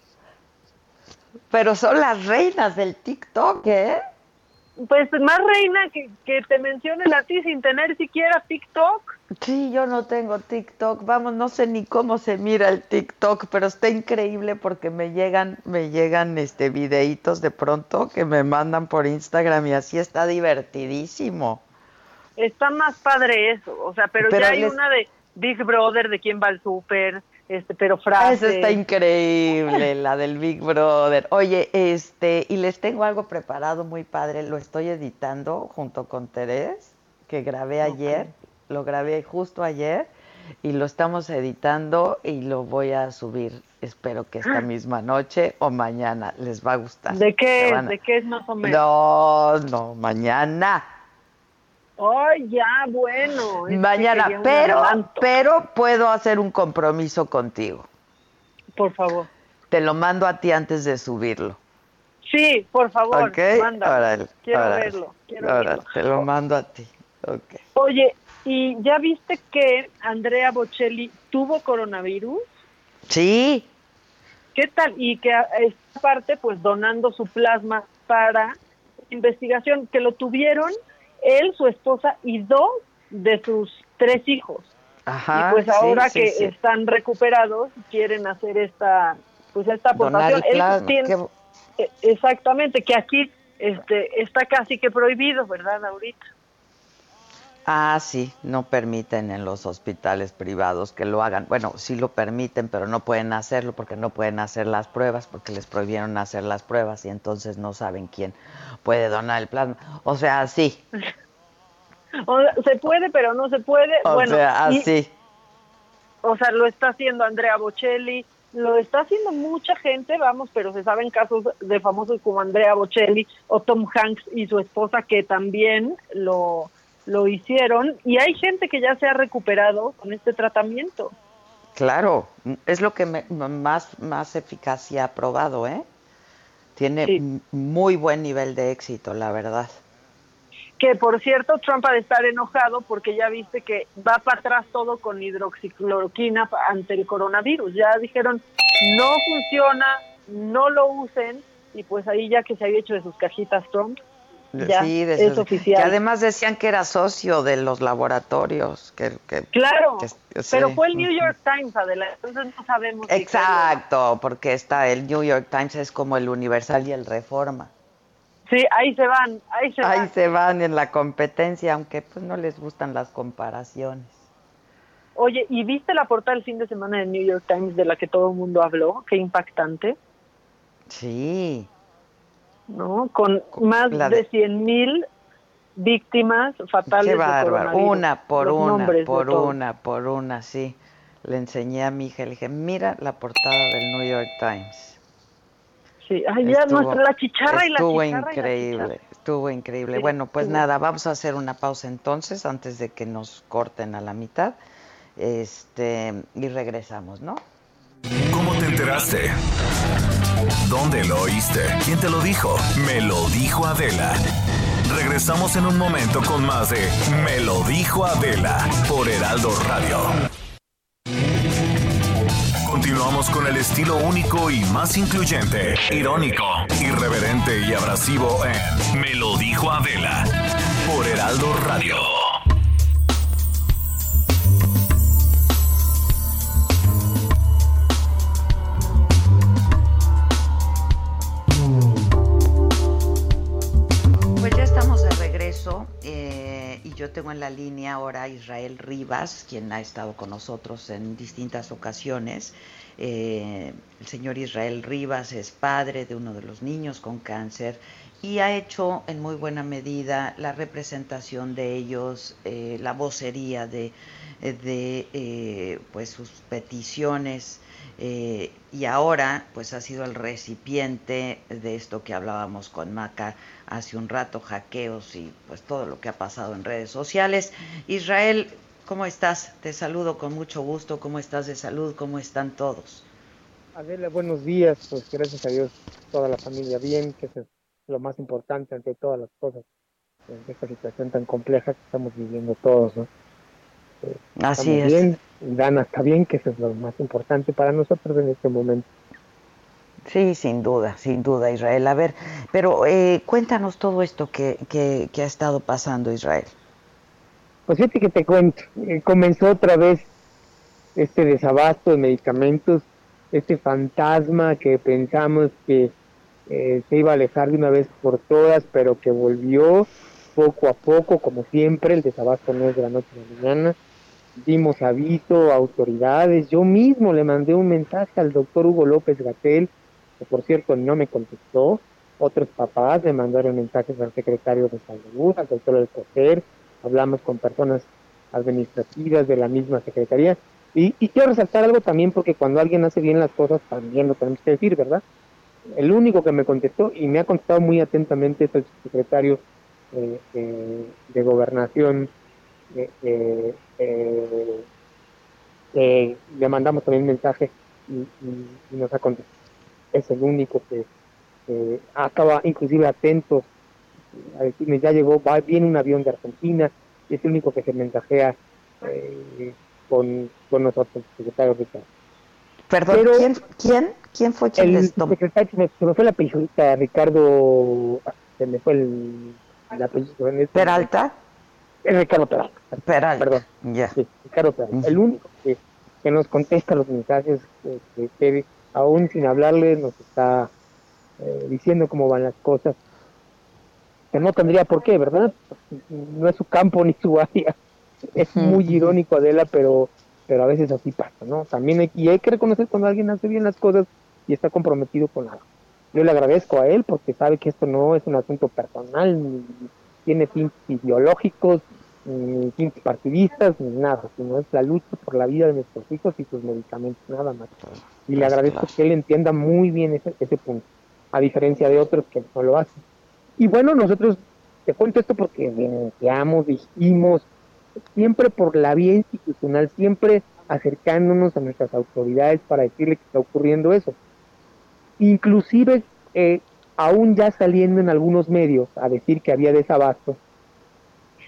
Pero son las reinas del TikTok, ¿eh? Pues más reina que, que te mencionen a ti sin tener siquiera TikTok. Sí, yo no tengo TikTok. Vamos, no sé ni cómo se mira el TikTok, pero está increíble porque me llegan, me llegan este videitos de pronto que me mandan por Instagram y así está divertidísimo. Está más padre eso, o sea, pero, Pero ya hay les- una de Big Brother, de quién va al súper, este, pero frases. Esa está increíble, la del Big Brother. Oye, este, y les tengo algo preparado muy padre, lo estoy editando junto con Terés, que grabé ayer, lo grabé justo ayer, y lo estamos editando y lo voy a subir, espero que esta misma noche o mañana, les va a gustar. ¿De qué Se es? van a- ¿De qué es más o menos? No, no, mañana. Ay, ya, bueno. es que Mañana, quería un pero, adelanto. pero puedo hacer un compromiso contigo. Por favor. Te lo mando a ti antes de subirlo. Sí, por favor, Ok, mándalo. órale, Quiero órale, verlo, quiero órale, verlo. te lo mando a ti. Okay. Oye, ¿y ya viste que Andrea Bocelli tuvo coronavirus? Sí, ¿Qué tal? Y que a- esta parte, pues donando su plasma para investigación, que lo tuvieron él, su esposa y dos de sus tres hijos. ajá. y pues sí, ahora sí, que sí. están recuperados, quieren hacer esta, pues esta Donar aportación. el Él plasma, tiene- qué- eh, exactamente, que aquí este está casi que prohibido, ¿verdad? Ahorita. Ah, sí, no permiten en los hospitales privados que lo hagan. Bueno, sí lo permiten, pero no pueden hacerlo porque no pueden hacer las pruebas, porque les prohibieron hacer las pruebas y entonces no saben quién puede donar el plasma. O sea, sí. O sea, se puede, pero no se puede. O bueno, sea, y- así. o sea, lo está haciendo Andrea Bocelli, lo está haciendo mucha gente, vamos, pero se saben casos de famosos como Andrea Bocelli o Tom Hanks y su esposa que también lo, lo hicieron, y hay gente que ya se ha recuperado con este tratamiento. Claro, es lo que me- más, más eficacia ha probado, ¿eh? Tiene Sí. m- muy buen nivel de éxito, la verdad. Que, por cierto, Trump ha de estar enojado porque ya viste que va para atrás todo con hidroxicloroquina ante el coronavirus. Ya dijeron, no funciona, no lo usen, y pues ahí ya que se había hecho de sus cajitas Trump, ya sí, de es sus, oficial. Que además decían que era socio de los laboratorios. Que, que, claro, que, sí. Pero fue el New York Times, Adela, entonces no sabemos. Exacto, si porque está el New York Times, es como el Universal y el Reforma. Sí, ahí se van, ahí se ahí van. Ahí se van en la competencia, aunque pues no les gustan las comparaciones. Oye, ¿y viste la portada del fin de semana del New York Times de la que todo el mundo habló? Qué impactante. Sí. ¿No? Con más de... de cien mil víctimas fatales. Qué bárbaro. De coronavirus. Una por Los una, por una, una, por una, sí. Le enseñé a mi hija, le dije, mira la portada del New York Times. Sí, ay, ya estuvo, nuestra, la chicharra y la estuvo chicharra increíble, y la chicharra. Estuvo increíble. Sí, bueno, pues estuvo. nada, vamos a hacer una pausa entonces, antes de que nos corten a la mitad, este, y regresamos, ¿no? ¿Cómo te enteraste? ¿Dónde lo oíste? ¿Quién te lo dijo? Me lo dijo Adela. Regresamos en un momento con más de Me lo dijo Adela por Heraldo Radio. Continuamos con el estilo único y más incluyente, irónico, irreverente y abrasivo en Me lo dijo Adela por Heraldo Radio. Pues ya estamos de regreso eh, y yo tengo en la línea ahora a Israel Rivas, quien ha estado con nosotros en distintas ocasiones. Eh, el señor Israel Rivas es padre de uno de los niños con cáncer y ha hecho en muy buena medida la representación de ellos, eh, la vocería de, de eh, pues sus peticiones. Eh, y ahora pues ha sido el recipiente de esto que hablábamos con Maca hace un rato, hackeos y pues todo lo que ha pasado en redes sociales. Israel, ¿cómo estás? Te saludo con mucho gusto. ¿Cómo estás de salud? ¿Cómo están todos? Adela, buenos días. Pues gracias a Dios toda la familia bien, que es lo más importante ante todas las cosas en esta situación tan compleja que estamos viviendo todos, ¿no? Eh, Así es. Bien, Dana está bien, que eso es lo más importante para nosotros en este momento. Sí, sin duda, sin duda, Israel. A ver, pero eh, cuéntanos todo esto que, que, que ha estado pasando, Israel. Pues fíjate que te cuento, eh, comenzó otra vez este desabasto de medicamentos, este fantasma que pensamos que eh, se iba a alejar de una vez por todas, pero que volvió poco a poco, como siempre. El desabasto no es de la noche a la mañana. Dimos aviso a autoridades, yo mismo le mandé un mensaje al doctor Hugo López-Gatell, que por cierto no me contestó. Otros papás le mandaron mensajes al secretario de Salud, al doctor Alcocer, hablamos con personas administrativas de la misma secretaría, y, y quiero resaltar algo también, porque cuando alguien hace bien las cosas también lo tenemos que decir, ¿verdad? El único que me contestó, y me ha contestado muy atentamente, es el secretario eh, eh, de Gobernación. Eh, eh, eh, eh, le mandamos también mensaje y, y, y nos ha contestado. Es el único que eh, acaba inclusive atento a decirme, ya llegó, va, viene un avión de Argentina, y es el único que se mensajea eh, con, con nosotros, el secretario Ricardo. Perdón, Pero, ¿quién, ¿quién? ¿Quién fue quien el les tomó? secretario, se me, se me fue la apellidita, Ricardo, se me fue el, el apellido. Este, ¿Peralta? Ricardo Peralta. Peralta. Perdón. Ya. Sí, Ricardo Peralta. Uh-huh. El único que, que nos contesta los mensajes, eh, que, que aún sin hablarle nos está eh, diciendo cómo van las cosas. Que no tendría por qué, ¿verdad? No es su campo ni su área. Es uh-huh. muy irónico, Adela, pero pero a veces así pasa, ¿no? También hay, y hay que reconocer cuando alguien hace bien las cosas y está comprometido con algo. Yo le agradezco a él porque sabe que esto no es un asunto personal, ni tiene fines ideológicos, ni fines partidistas, ni nada, sino es la lucha por la vida de nuestros hijos y sus medicamentos, nada más. Y le agradezco que él entienda muy bien ese, ese punto, a diferencia de otros que no lo hacen. Y bueno, nosotros, te cuento esto porque denunciamos, dijimos, siempre por la vía institucional, siempre acercándonos a nuestras autoridades para decirle que está ocurriendo eso. Inclusive, eh, aún ya saliendo en algunos medios a decir que había desabasto,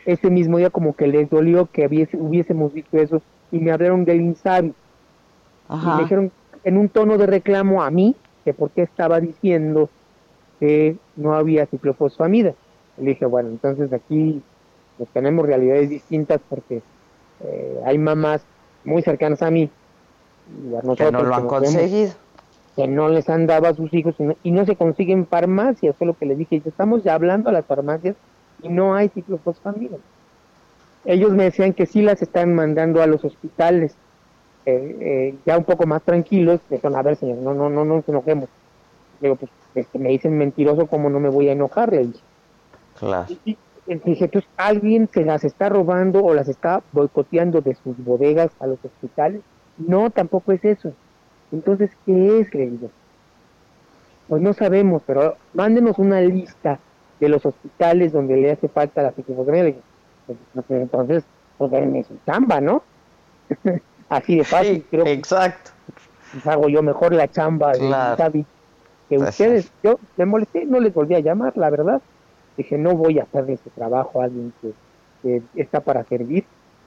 ese mismo día como que les dolió que hubiese, hubiésemos dicho eso y me hablaron del INSABI. Ajá. Y me dijeron en un tono de reclamo a mí que por qué estaba diciendo que no había ciclofosfamida. Le dije, bueno, entonces aquí pues, tenemos realidades distintas porque eh, hay mamás muy cercanas a mí y a nosotros, que no lo han conseguido. Vemos, que no les han dado a sus hijos y no, y no se consiguen farmacias, fue lo que les dije. Estamos ya hablando a las farmacias y no hay ciclofosfamida. Ellos me decían que sí las están mandando a los hospitales, eh, eh, ya un poco más tranquilos. Me dijeron, a ver, señor, no, no, no, no nos enojemos. Digo, pues, este, me dicen mentiroso, ¿cómo no me voy a enojar? Le dije. Claro. Y, y dije, entonces, ¿alguien se las está robando o las está boicoteando de sus bodegas a los hospitales? No, tampoco es eso. Entonces, ¿qué es, le digo? Pues no sabemos, pero mándenos una lista de los hospitales donde le hace falta la ciclofosfamida. Le digo, pues, entonces, pues denme su chamba, ¿no? Así de fácil, sí, creo. Exacto. Pues hago yo mejor la chamba claro. de Xavi que ustedes. Yo me molesté, no les volví a llamar, la verdad. Dije, no voy a hacerle ese trabajo a alguien que, que está para servir.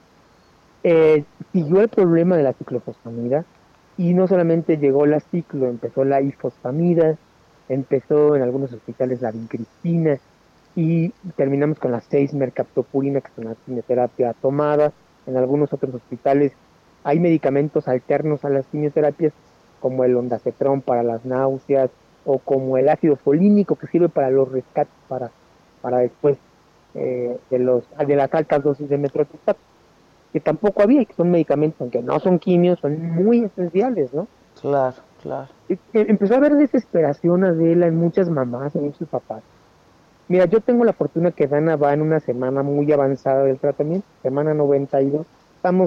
Eh, siguió el problema de la ciclofosfamida y no solamente llegó la ciclo, empezó la ifosfamida, empezó en algunos hospitales la vincristina y terminamos con la seis mercaptopurina, que es una quimioterapia tomada. En algunos otros hospitales hay medicamentos alternos a las quimioterapias, como el ondansetron para las náuseas, o como el ácido folínico, que sirve para los rescates, para, para después eh, de, los, de las altas dosis de metrotexato, que tampoco había, y que son medicamentos, aunque no son quimios, son muy esenciales, ¿no? Claro, claro. Y, eh, empezó a haber desesperación, Adela, en muchas mamás, en muchos papás. Mira, yo tengo la fortuna que Dana va en una semana muy avanzada del tratamiento, semana noventa y dos. Estamos,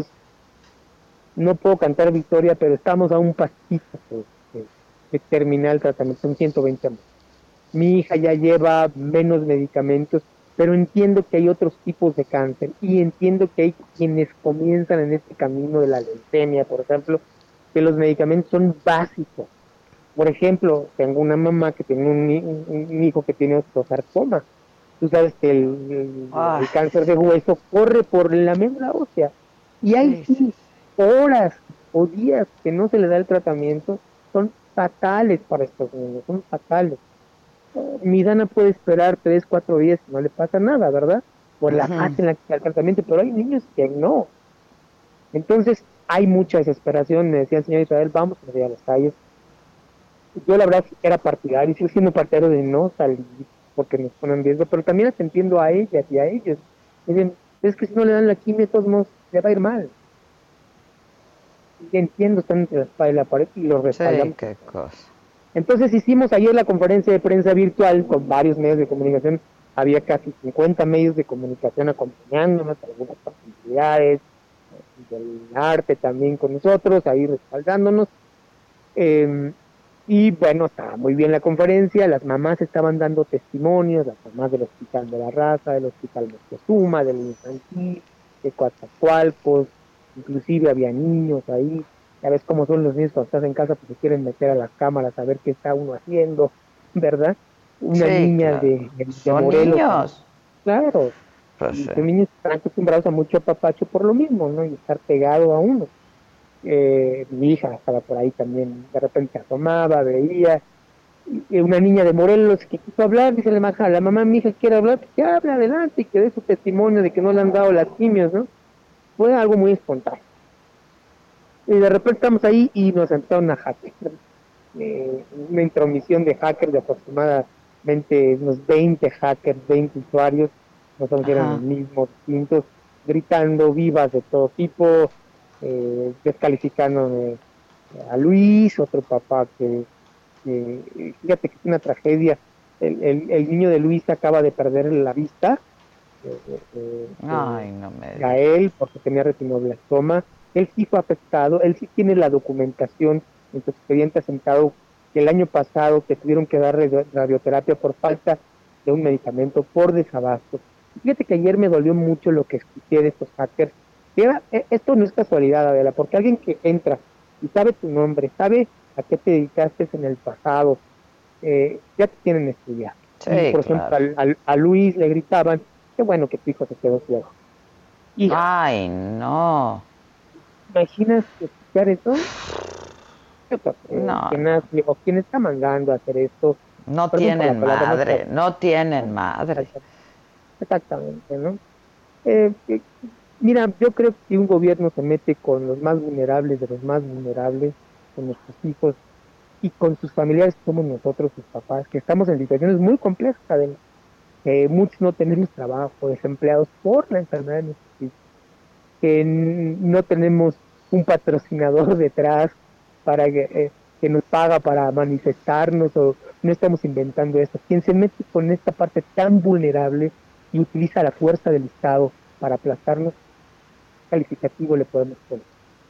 no puedo cantar victoria, pero estamos a un pasito de, de, de terminar el tratamiento, son ciento veinte años. Mi hija ya lleva menos medicamentos, pero entiendo que hay otros tipos de cáncer y entiendo que hay quienes comienzan en este camino de la leucemia, por ejemplo, que los medicamentos son básicos. Por ejemplo, tengo una mamá que tiene un, un, un hijo que tiene osteosarcoma. Tú sabes que el, el, ah. el cáncer de hueso corre por la médula ósea. Y hay sí, sí, horas o días que no se le da el tratamiento. Son fatales para estos niños, son fatales. Mi Dana puede esperar tres, cuatro días y no le pasa nada, ¿verdad? Por la fase en la que está el tratamiento, pero hay niños que no. Entonces, hay mucha desesperación. Me decía el señor Israel, vamos a salir a las calles. Yo la verdad era partidario, sigo siendo partidario de no salir porque nos ponen en riesgo, pero también las entiendo a ellas y a ellos. Dicen, es que si no le dan la quimio, de todos modos, le va a ir mal. Y entiendo, están entre la espada y la pared y los respaldamos. Sí, qué cosa. Entonces hicimos ayer la conferencia de prensa virtual con varios medios de comunicación. Había casi cincuenta medios de comunicación acompañándonos, algunas particulares, del arte también con nosotros, ahí respaldándonos. Eh, Y bueno, estaba muy bien la conferencia, las mamás estaban dando testimonios, las mamás del Hospital de la Raza, del Hospital Moctezuma, del Infantil, de Coatzacoalcos, inclusive había niños ahí. Ya ves cómo son los niños cuando estás en casa, pues se quieren meter a las cámaras a ver qué está uno haciendo, ¿verdad? Una sí, niña claro. de, de, de ¿Son Morelos. Niños? Claro. Pues, y sí. Los niños están acostumbrados a mucho papacho por lo mismo, ¿no? Y estar pegado a uno. Eh, mi hija estaba por ahí también, de repente asomaba, veía, y una niña de Morelos que quiso hablar, dice la mamá, la mamá, mi hija quiere hablar, que hable adelante y que dé su testimonio de que no le han dado las quimios, ¿no? Fue algo muy espontáneo. Y de repente estamos ahí y nos empezaron a hackear, eh, una intromisión de hackers de aproximadamente unos veinte hackers, veinte usuarios, no son que eran los mismos, distintos, gritando vivas de todo tipo, Eh, descalificando eh, a Luis, otro papá que, que fíjate que es una tragedia. El, el, el niño de Luis acaba de perder la vista, eh, eh, Ay, no me a él porque tenía retinoblastoma. Él sí fue afectado, él sí tiene la documentación en su expediente asentado que el año pasado que tuvieron que dar radioterapia por falta de un medicamento, por desabasto. Fíjate que ayer me dolió mucho lo que escuché de estos hackers. Era, esto no es casualidad, Adela, porque alguien que entra y sabe tu nombre, sabe a qué te dedicaste en el pasado, eh, ya te tienen estudiado. Sí, y por claro. ejemplo, a, a, a Luis le gritaban qué bueno que tu hijo se quedó ciego. Hija, ay, no. ¿Imaginas escuchar eso? No. ¿Quién, hace, o quién está mandando a hacer esto? No tienen madre, no tienen madre. Exactamente, ¿no? Eh, eh, mira, yo creo que si un gobierno se mete con los más vulnerables de los más vulnerables, con nuestros hijos y con sus familiares, que somos nosotros, sus papás, que estamos en situaciones muy complejas, además. Eh, muchos no tenemos trabajo, desempleados por la enfermedad de nuestros hijos, que n- no tenemos un patrocinador detrás para que, eh, que nos paga para manifestarnos, o no estamos inventando esto. Quien se mete con esta parte tan vulnerable y utiliza la fuerza del Estado para aplastarnos, calificativo le podemos poner.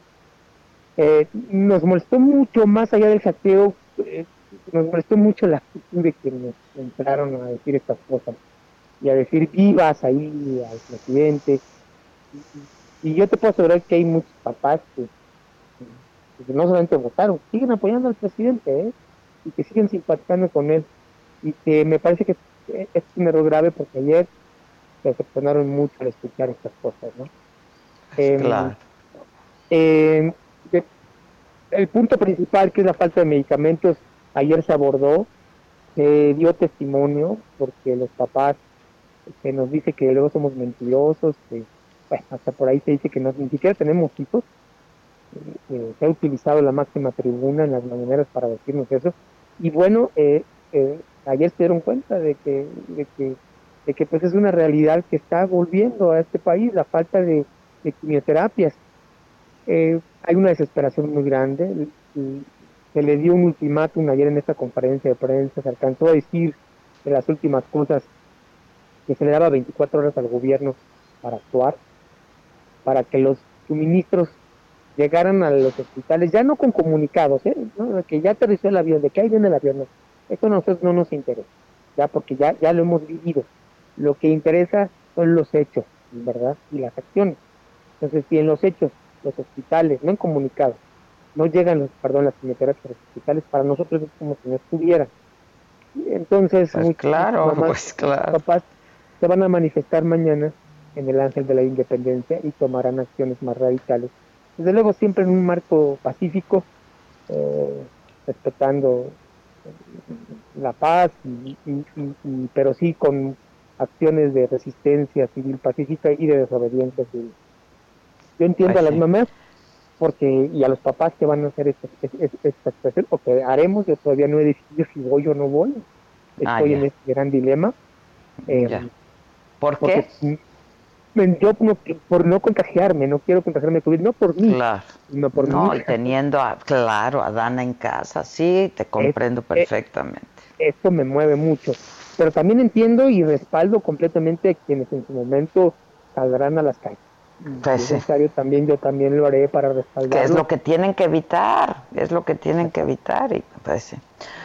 Eh, nos molestó mucho, más allá del saqueo, eh, nos molestó mucho la actitud de quienes entraron a decir estas cosas y a decir vivas ahí al presidente. Y, y yo te puedo asegurar que hay muchos papás que, que no solamente votaron, siguen apoyando al presidente, ¿eh? Y que siguen simpatizando con él. Y que me parece que es un error grave, porque ayer se decepcionaron mucho al escuchar estas cosas, ¿no? Eh, claro. Eh, de, el punto principal, que es la falta de medicamentos, ayer se abordó, se dio testimonio, porque los papás se nos dice que luego somos mentirosos, que bueno, hasta por ahí se dice que no, ni siquiera tenemos hijos. Eh, se ha utilizado la máxima tribuna en las mañaneras para decirnos eso, y bueno, eh, eh, ayer se dieron cuenta de que, de que, de que pues es una realidad que está volviendo a este país, la falta de, de quimioterapias. Eh, hay una desesperación muy grande. Se le dio un ultimátum ayer en esta conferencia de prensa, se alcanzó a decir de las últimas cosas que se le daba veinticuatro horas al gobierno para actuar, para que los suministros llegaran a los hospitales, ya no con comunicados, ¿eh? ¿No? Que ya aterrizó el avión, de que ahí viene el avión, no. Esto a nosotros no nos interesa, ya porque ya, ya lo hemos vivido. Lo que interesa son los hechos, ¿verdad? Y las acciones. Entonces, si en los hechos, los hospitales, no en comunicados, no llegan los, perdón, las quimioterapias a los hospitales, para nosotros es como si no estuvieran. Entonces, pues muy claro, mamás, pues claro. papás se van a manifestar mañana en el Ángel de la Independencia y tomarán acciones más radicales. Desde luego siempre en un marco pacífico, eh, respetando la paz, y, y, y, y, pero sí con acciones de resistencia civil pacífica y de desobediencia civil. Yo entiendo pues a las sí. mamás porque y a los papás que van a hacer esta, esta, esta expresión, o que haremos. Yo todavía no he decidido si voy o no voy. Estoy ah, en este gran dilema. Eh, ¿Por qué? Yo no, por no contagiarme, no quiero contagiarme de COVID, no por mí, claro. no por no, mí. Y teniendo, a, claro, a Dana en casa, sí, te comprendo es, perfectamente. Esto me mueve mucho, pero también entiendo y respaldo completamente a quienes en su momento saldrán a las calles. Pues si es necesario, también yo también lo haré para respaldar. Que es lo que tienen que evitar, es lo que tienen que evitar, y pues sí.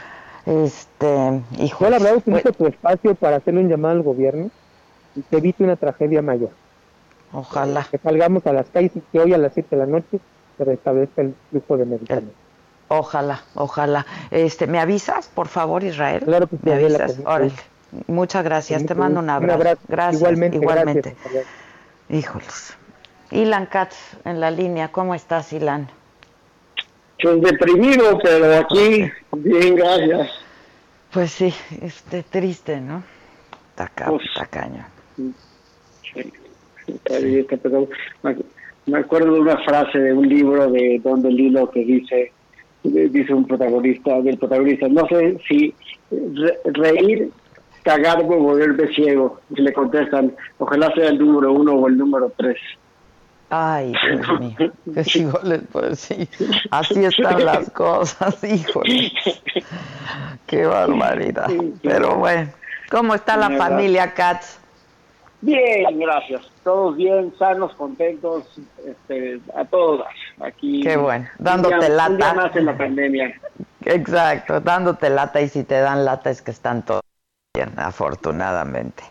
Este, hijo. Yo la verdad utilizo pues, tu espacio para hacerle un llamado al gobierno y que evite una tragedia mayor. Ojalá. Que salgamos a las calles y que hoy a las siete de la noche se restablezca el flujo de medicamentos. Ojalá, ojalá. Este, ¿me avisas, por favor, Israel? Claro que sí. ¿Me avisas? Órale. Muchas gracias. Te mando un abrazo. Un abrazo. Gracias. Igualmente. Igualmente. Gracias. Híjoles. Ilan Katz en la línea. ¿Cómo estás, Ilan? Pues deprimido, pero aquí bien, gracias. Pues sí, este, triste, ¿no? Taca, pues, tacaño. Sí, sí, sí. Pero me, me acuerdo de una frase de un libro de Don DeLillo que dice, dice un protagonista, del protagonista, no sé si re, reír, cagarme o volverme ciego. Y le contestan, ojalá sea el número uno o el número tres. Ay, Dios mío, qué sigo les puedo decir. Así están las cosas, híjole. Qué barbaridad. Pero bueno, ¿cómo está la familia Katz? Bien, gracias. Todos bien, sanos, contentos, este, a todos aquí. Qué bueno, dándote un día, lata. Un día más en la pandemia. Exacto, dándote lata, y si te dan lata es que están todos bien, afortunadamente.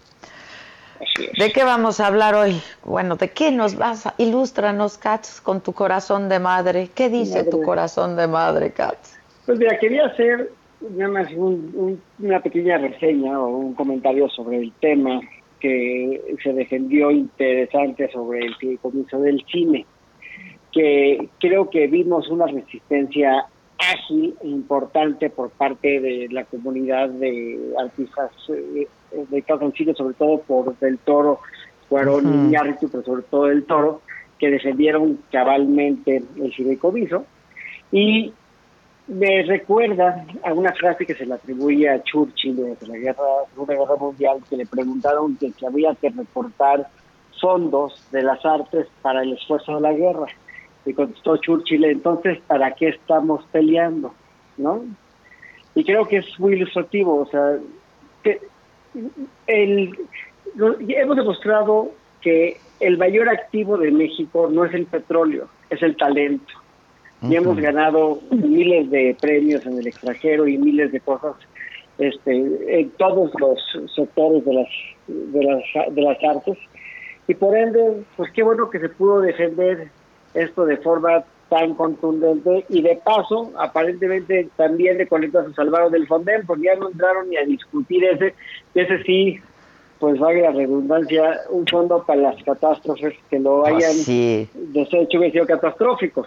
¿De qué vamos a hablar hoy? Bueno, ¿de qué nos vas a... Ilústranos, Katz, con tu corazón de madre. ¿Qué dice madre. tu corazón de madre, Katz? Pues mira, quería hacer nada más un, un, una pequeña reseña o un comentario sobre el tema que se defendió interesante sobre el fideicomiso del cine, que creo que vimos una resistencia ágil e importante por parte de la comunidad de artistas eh, dedicados al cine, sobre todo por Del Toro, Cuarón uh-huh. y Iñárritu, pero sobre todo Del Toro, que defendieron cabalmente el fideicomiso. Y me recuerda a una frase que se le atribuye a Churchill durante la guerra, Segunda Guerra Mundial, que le preguntaron que, que había que reportar fondos de las artes para el esfuerzo de la guerra. Y contestó Churchill, entonces, ¿para qué estamos peleando? ¿No? Y creo que es muy ilustrativo, o sea, que el, lo, hemos demostrado que el mayor activo de México no es el petróleo, es el talento. Y hemos ganado miles de premios en el extranjero y miles de cosas este, en todos los sectores de las, de las de las artes. Y por ende, pues qué bueno que se pudo defender esto de forma tan contundente. Y de paso, aparentemente también de Colectas se salvaron del Fonden, porque ya no entraron ni a discutir ese. Ese sí, pues valga la redundancia, un fondo para las catástrofes que lo hayan oh, sí. deshecho hubiera sido catastrófico.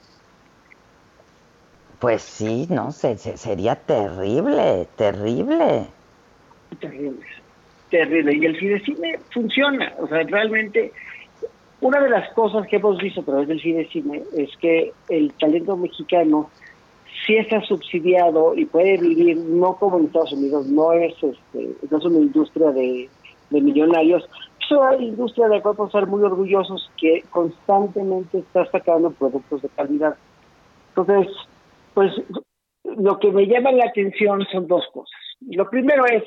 Pues sí, no sé, sería terrible, terrible. Terrible, terrible. Y el Fidecine funciona, o sea, realmente una de las cosas que hemos visto a través del Fidecine es que el talento mexicano sí está subsidiado y puede vivir, no como en Estados Unidos, no es este, no es una industria de, de millonarios, es una industria de la cual podemos estar muy orgullosos, que constantemente está sacando productos de calidad. Entonces, pues lo que me llama la atención son dos cosas. Lo primero es,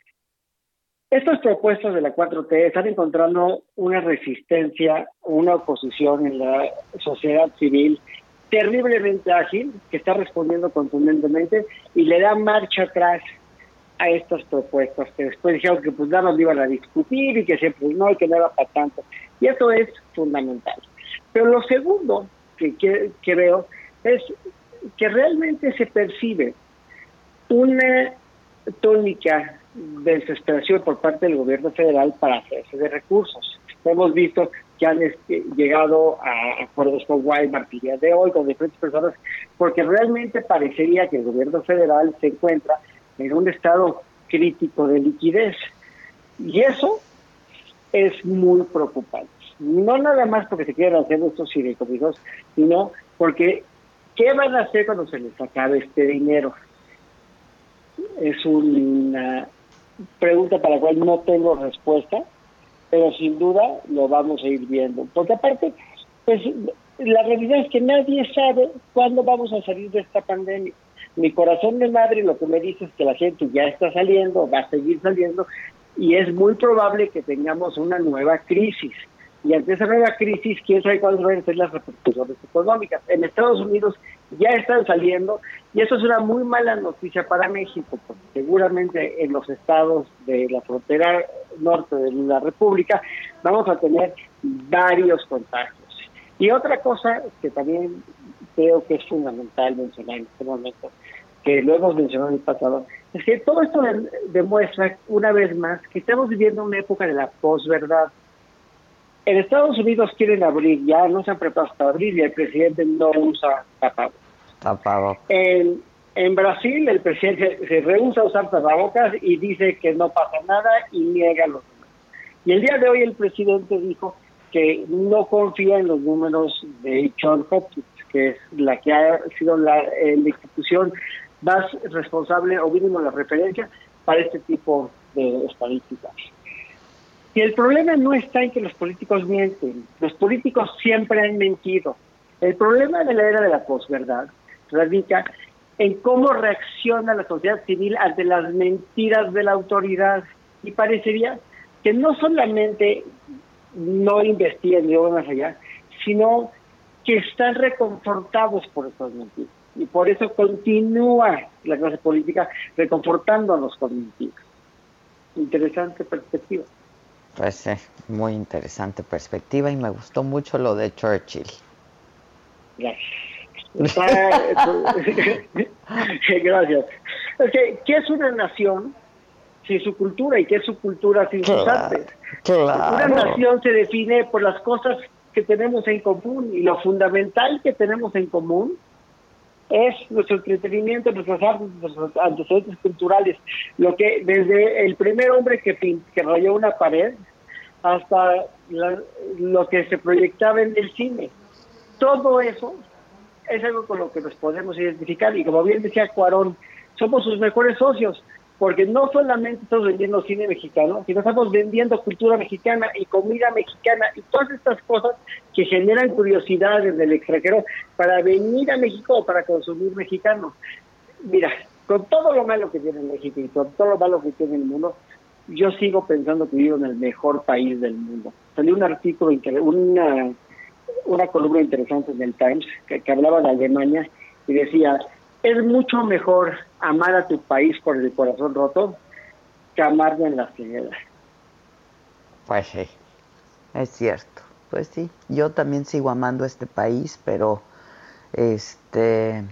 estas propuestas de la cuatro T están encontrando una resistencia, una oposición en la sociedad civil terriblemente ágil, que está respondiendo contundentemente y le da marcha atrás a estas propuestas, que después dijeron que pues nada más iban a discutir y que siempre no, y que no era para tanto. Y eso es fundamental. Pero lo segundo que, que, que veo es que realmente se percibe una tónica de desesperación por parte del gobierno federal para hacerse de recursos. Hemos visto que han este, llegado a acuerdos con Walmart el día de hoy, con diferentes personas, porque realmente parecería que el gobierno federal se encuentra en un estado crítico de liquidez. Y eso es muy preocupante. No nada más porque se quieren hacer estos fideicomisos, sino porque ¿qué van a hacer cuando se les acabe este dinero? Es una pregunta para la cual no tengo respuesta, pero sin duda lo vamos a ir viendo. Porque aparte, pues la realidad es que nadie sabe cuándo vamos a salir de esta pandemia. Mi corazón de madre lo que me dice es que la gente ya está saliendo, va a seguir saliendo, y es muy probable que tengamos una nueva crisis. Y ante esa nueva crisis, quién sabe cuáles van a ser las repercusiones económicas. En Estados Unidos ya están saliendo, y eso es una muy mala noticia para México, porque seguramente en los estados de la frontera norte de la República vamos a tener varios contagios. Y otra cosa que también creo que es fundamental mencionar en este momento, que lo hemos mencionado en el pasado, es que todo esto de, demuestra una vez más que estamos viviendo una época de la posverdad. En Estados Unidos quieren abrir, ya no se han preparado para abrir, y el presidente no usa tapabocas. Tapabocas. En, en Brasil el presidente se, se rehúsa a usar tapabocas y dice que no pasa nada y niega los números. Y el día de hoy el presidente dijo que no confía en los números de Johns Hopkins, que es la que ha sido la, eh, la institución más responsable, o mínimo la referencia, para este tipo de estadísticas. Y el problema no está en que los políticos mienten. Los políticos siempre han mentido. El problema de la era de la posverdad radica en cómo reacciona la sociedad civil ante las mentiras de la autoridad. Y parecería que no solamente no investigan y van más allá, sino que están reconfortados por estas mentiras. Y por eso continúa la clase política reconfortándonos con mentiras. Interesante perspectiva. Pues sí, muy interesante perspectiva, y me gustó mucho lo de Churchill. Gracias. Gracias. Okay, ¿qué es una nación? sin su cultura y qué es su cultura sin claro, sus artes. Claro. Una nación se define por las cosas que tenemos en común y lo fundamental que tenemos en común es nuestro entretenimiento, nuestras artes, nuestros antecedentes culturales. Lo que desde el primer hombre que, que rayó una pared hasta la, lo que se proyectaba en el cine. Todo eso es algo con lo que nos podemos identificar y como bien decía Cuarón, somos sus mejores socios, porque no solamente estamos vendiendo cine mexicano, sino estamos vendiendo cultura mexicana y comida mexicana y todas estas cosas que generan curiosidad desde el extranjero para venir a México o para consumir mexicano. Mira, con todo lo malo que tiene México y con todo lo malo que tiene el mundo, yo sigo pensando que vivo en el mejor país del mundo. Salió un artículo, una, una columna interesante en el Times que, que hablaba de Alemania y decía, es mucho mejor amar a tu país por el corazón roto que amarlo en la ceguera. Pues sí, es cierto. Pues sí, yo también sigo amando este país, pero este,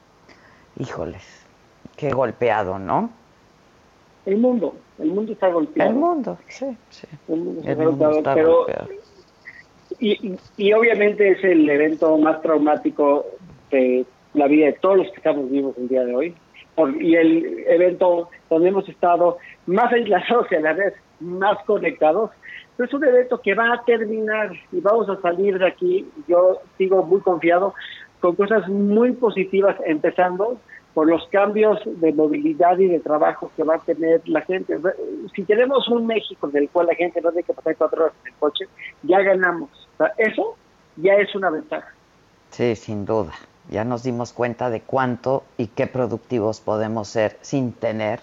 híjoles, qué golpeado, ¿no? El mundo, el mundo está golpeado. El mundo, sí, sí. El mundo está el mundo golpeado, está pero golpeado. Y, y, y obviamente es el evento más traumático de la vida de todos los que estamos vivos el día de hoy, por, y el evento donde hemos estado más aislados y a la vez más conectados, pero es un evento que va a terminar y vamos a salir de aquí, yo sigo muy confiado, con cosas muy positivas, empezando por los cambios de movilidad y de trabajo que va a tener la gente. Si tenemos un México en el cual la gente no tiene que pasar cuatro horas en el coche, ya ganamos. O sea, eso ya es una ventaja. Sí, sin duda. Ya nos dimos cuenta de cuánto y qué productivos podemos ser sin tener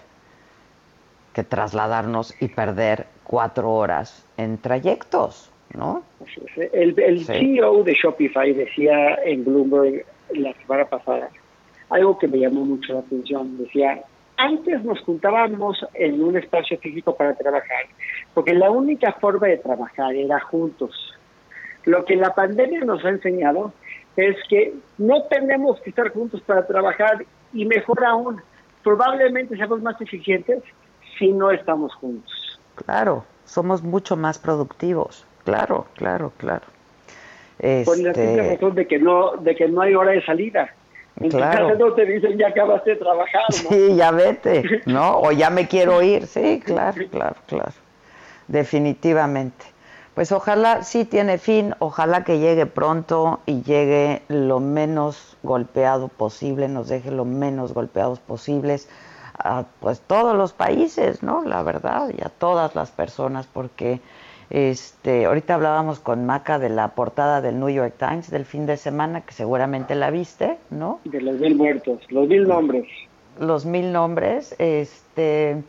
que trasladarnos y perder cuatro horas en trayectos, ¿no? El, el sí. C E O de Shopify decía en Bloomberg la semana pasada algo que me llamó mucho la atención. Decía, antes nos juntábamos en un espacio físico para trabajar, porque la única forma de trabajar era juntos. Lo que la pandemia nos ha enseñado es que no tenemos que estar juntos para trabajar y mejor aún, probablemente seamos más eficientes si no estamos juntos. Claro, somos mucho más productivos. Claro, claro, claro. Este... Por la simple razón de que no, de que no hay hora de salida. En claro. tu casa no te dicen ya acabaste de trabajar, ¿no? Sí, ya vete, ¿no? O ya me quiero ir. Sí, claro, claro, claro. Definitivamente. Pues ojalá, sí tiene fin, ojalá que llegue pronto y llegue lo menos golpeado posible, nos deje lo menos golpeados posibles a pues todos los países, ¿no? La verdad, y a todas las personas, porque este ahorita hablábamos con Maca de la portada del New York Times del fin de semana, que seguramente la viste, ¿no? De los mil muertos, los mil nombres. Los mil nombres, este,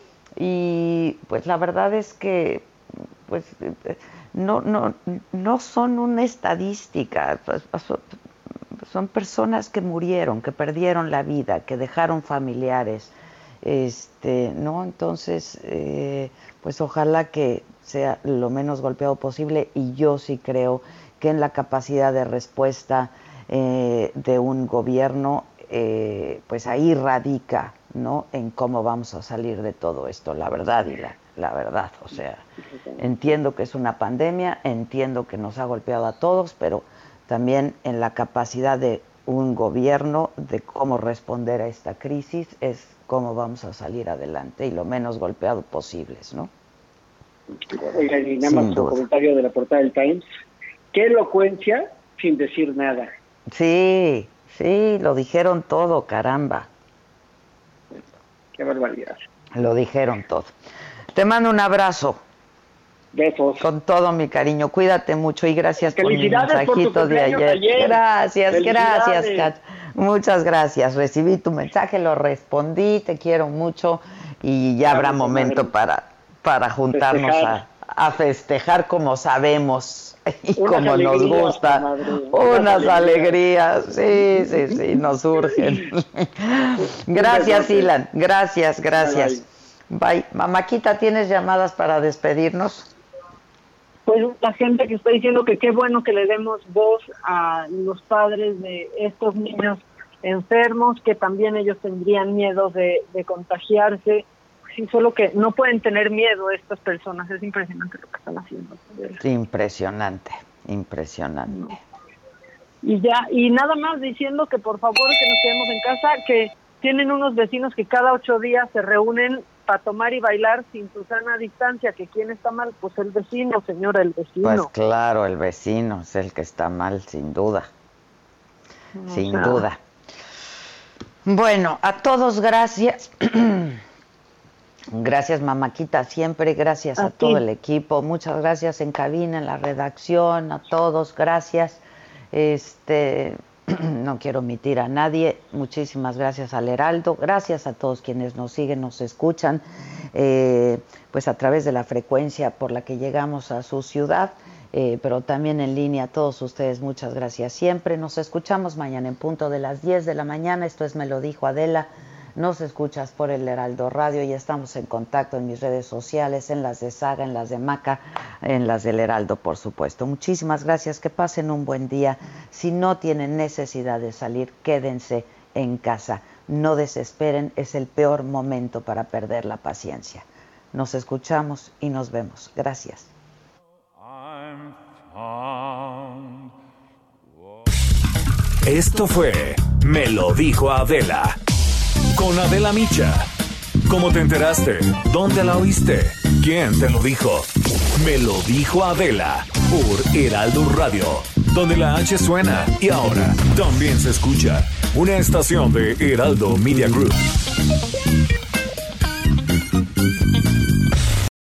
y pues la verdad es que pues no no no son una estadística, pues, son personas que murieron, que perdieron la vida, que dejaron familiares, este, no, entonces eh, pues ojalá que sea lo menos golpeado posible, y yo sí creo que en la capacidad de respuesta eh, de un gobierno, eh, pues ahí radica, ¿no?, en cómo vamos a salir de todo esto, la verdad y la la verdad, o sea, entiendo que es una pandemia, entiendo que nos ha golpeado a todos, pero también en la capacidad de un gobierno de cómo responder a esta crisis es cómo vamos a salir adelante y lo menos golpeado posibles, ¿no? Oiga, y nada más un comentario de la portada del Times. Qué elocuencia sin decir nada. Sí, sí, lo dijeron todo, caramba. Qué barbaridad. Lo dijeron todo. Te mando un abrazo. Besos. Con todo mi cariño. Cuídate mucho y gracias por mi Felicidades por tu mensajito de ayer. ayer. Gracias, gracias, Kat. Muchas gracias. Recibí tu mensaje, lo respondí, te quiero mucho y ya habrá momento para, para juntarnos a, a festejar como sabemos y Unas como nos gusta. Madre. Unas, Unas alegrías. alegrías. Sí, sí, sí, nos surgen. Gracias, Ilan. Gracias, gracias. Bye, bye. Bye. Mamáquita, ¿tienes llamadas para despedirnos? Pues la gente que está diciendo que qué bueno que le demos voz a los padres de estos niños enfermos, que también ellos tendrían miedo de, de contagiarse. sí, solo que no pueden tener miedo estas personas, es impresionante lo que están haciendo. Impresionante, impresionante. Y ya, y nada más diciendo que por favor que nos quedemos en casa, que tienen unos vecinos que cada ocho días se reúnen para tomar y bailar sin Susana distancia, que quién está mal, pues el vecino, señora, el vecino. Pues claro, el vecino es el que está mal, sin duda, o sin sea... duda. Bueno, a todos gracias. Gracias, Mamáquita, siempre, gracias a, a todo el equipo, muchas gracias en cabina, en la redacción, a todos, gracias. Este, no quiero omitir a nadie, muchísimas gracias al Heraldo, gracias a todos quienes nos siguen, nos escuchan, eh, pues a través de la frecuencia por la que llegamos a su ciudad, eh, pero también en línea, a todos ustedes, muchas gracias siempre. Nos escuchamos mañana en punto de las diez de la mañana, esto es Me lo dijo Adela. Nos escuchas por el Heraldo Radio y estamos en contacto en mis redes sociales, en las de Saga, en las de Maca, en las del Heraldo, por supuesto. Muchísimas gracias, que pasen un buen día. Si no tienen necesidad de salir, quédense en casa. No desesperen, es el peor momento para perder la paciencia. Nos escuchamos y nos vemos. Gracias. Esto fue Me lo dijo Adela. Con Adela Micha. ¿Cómo te enteraste? ¿Dónde la oíste? ¿Quién te lo dijo? Me lo dijo Adela por Heraldo Radio, donde la H suena y ahora también se escucha. Una estación de Heraldo Media Group.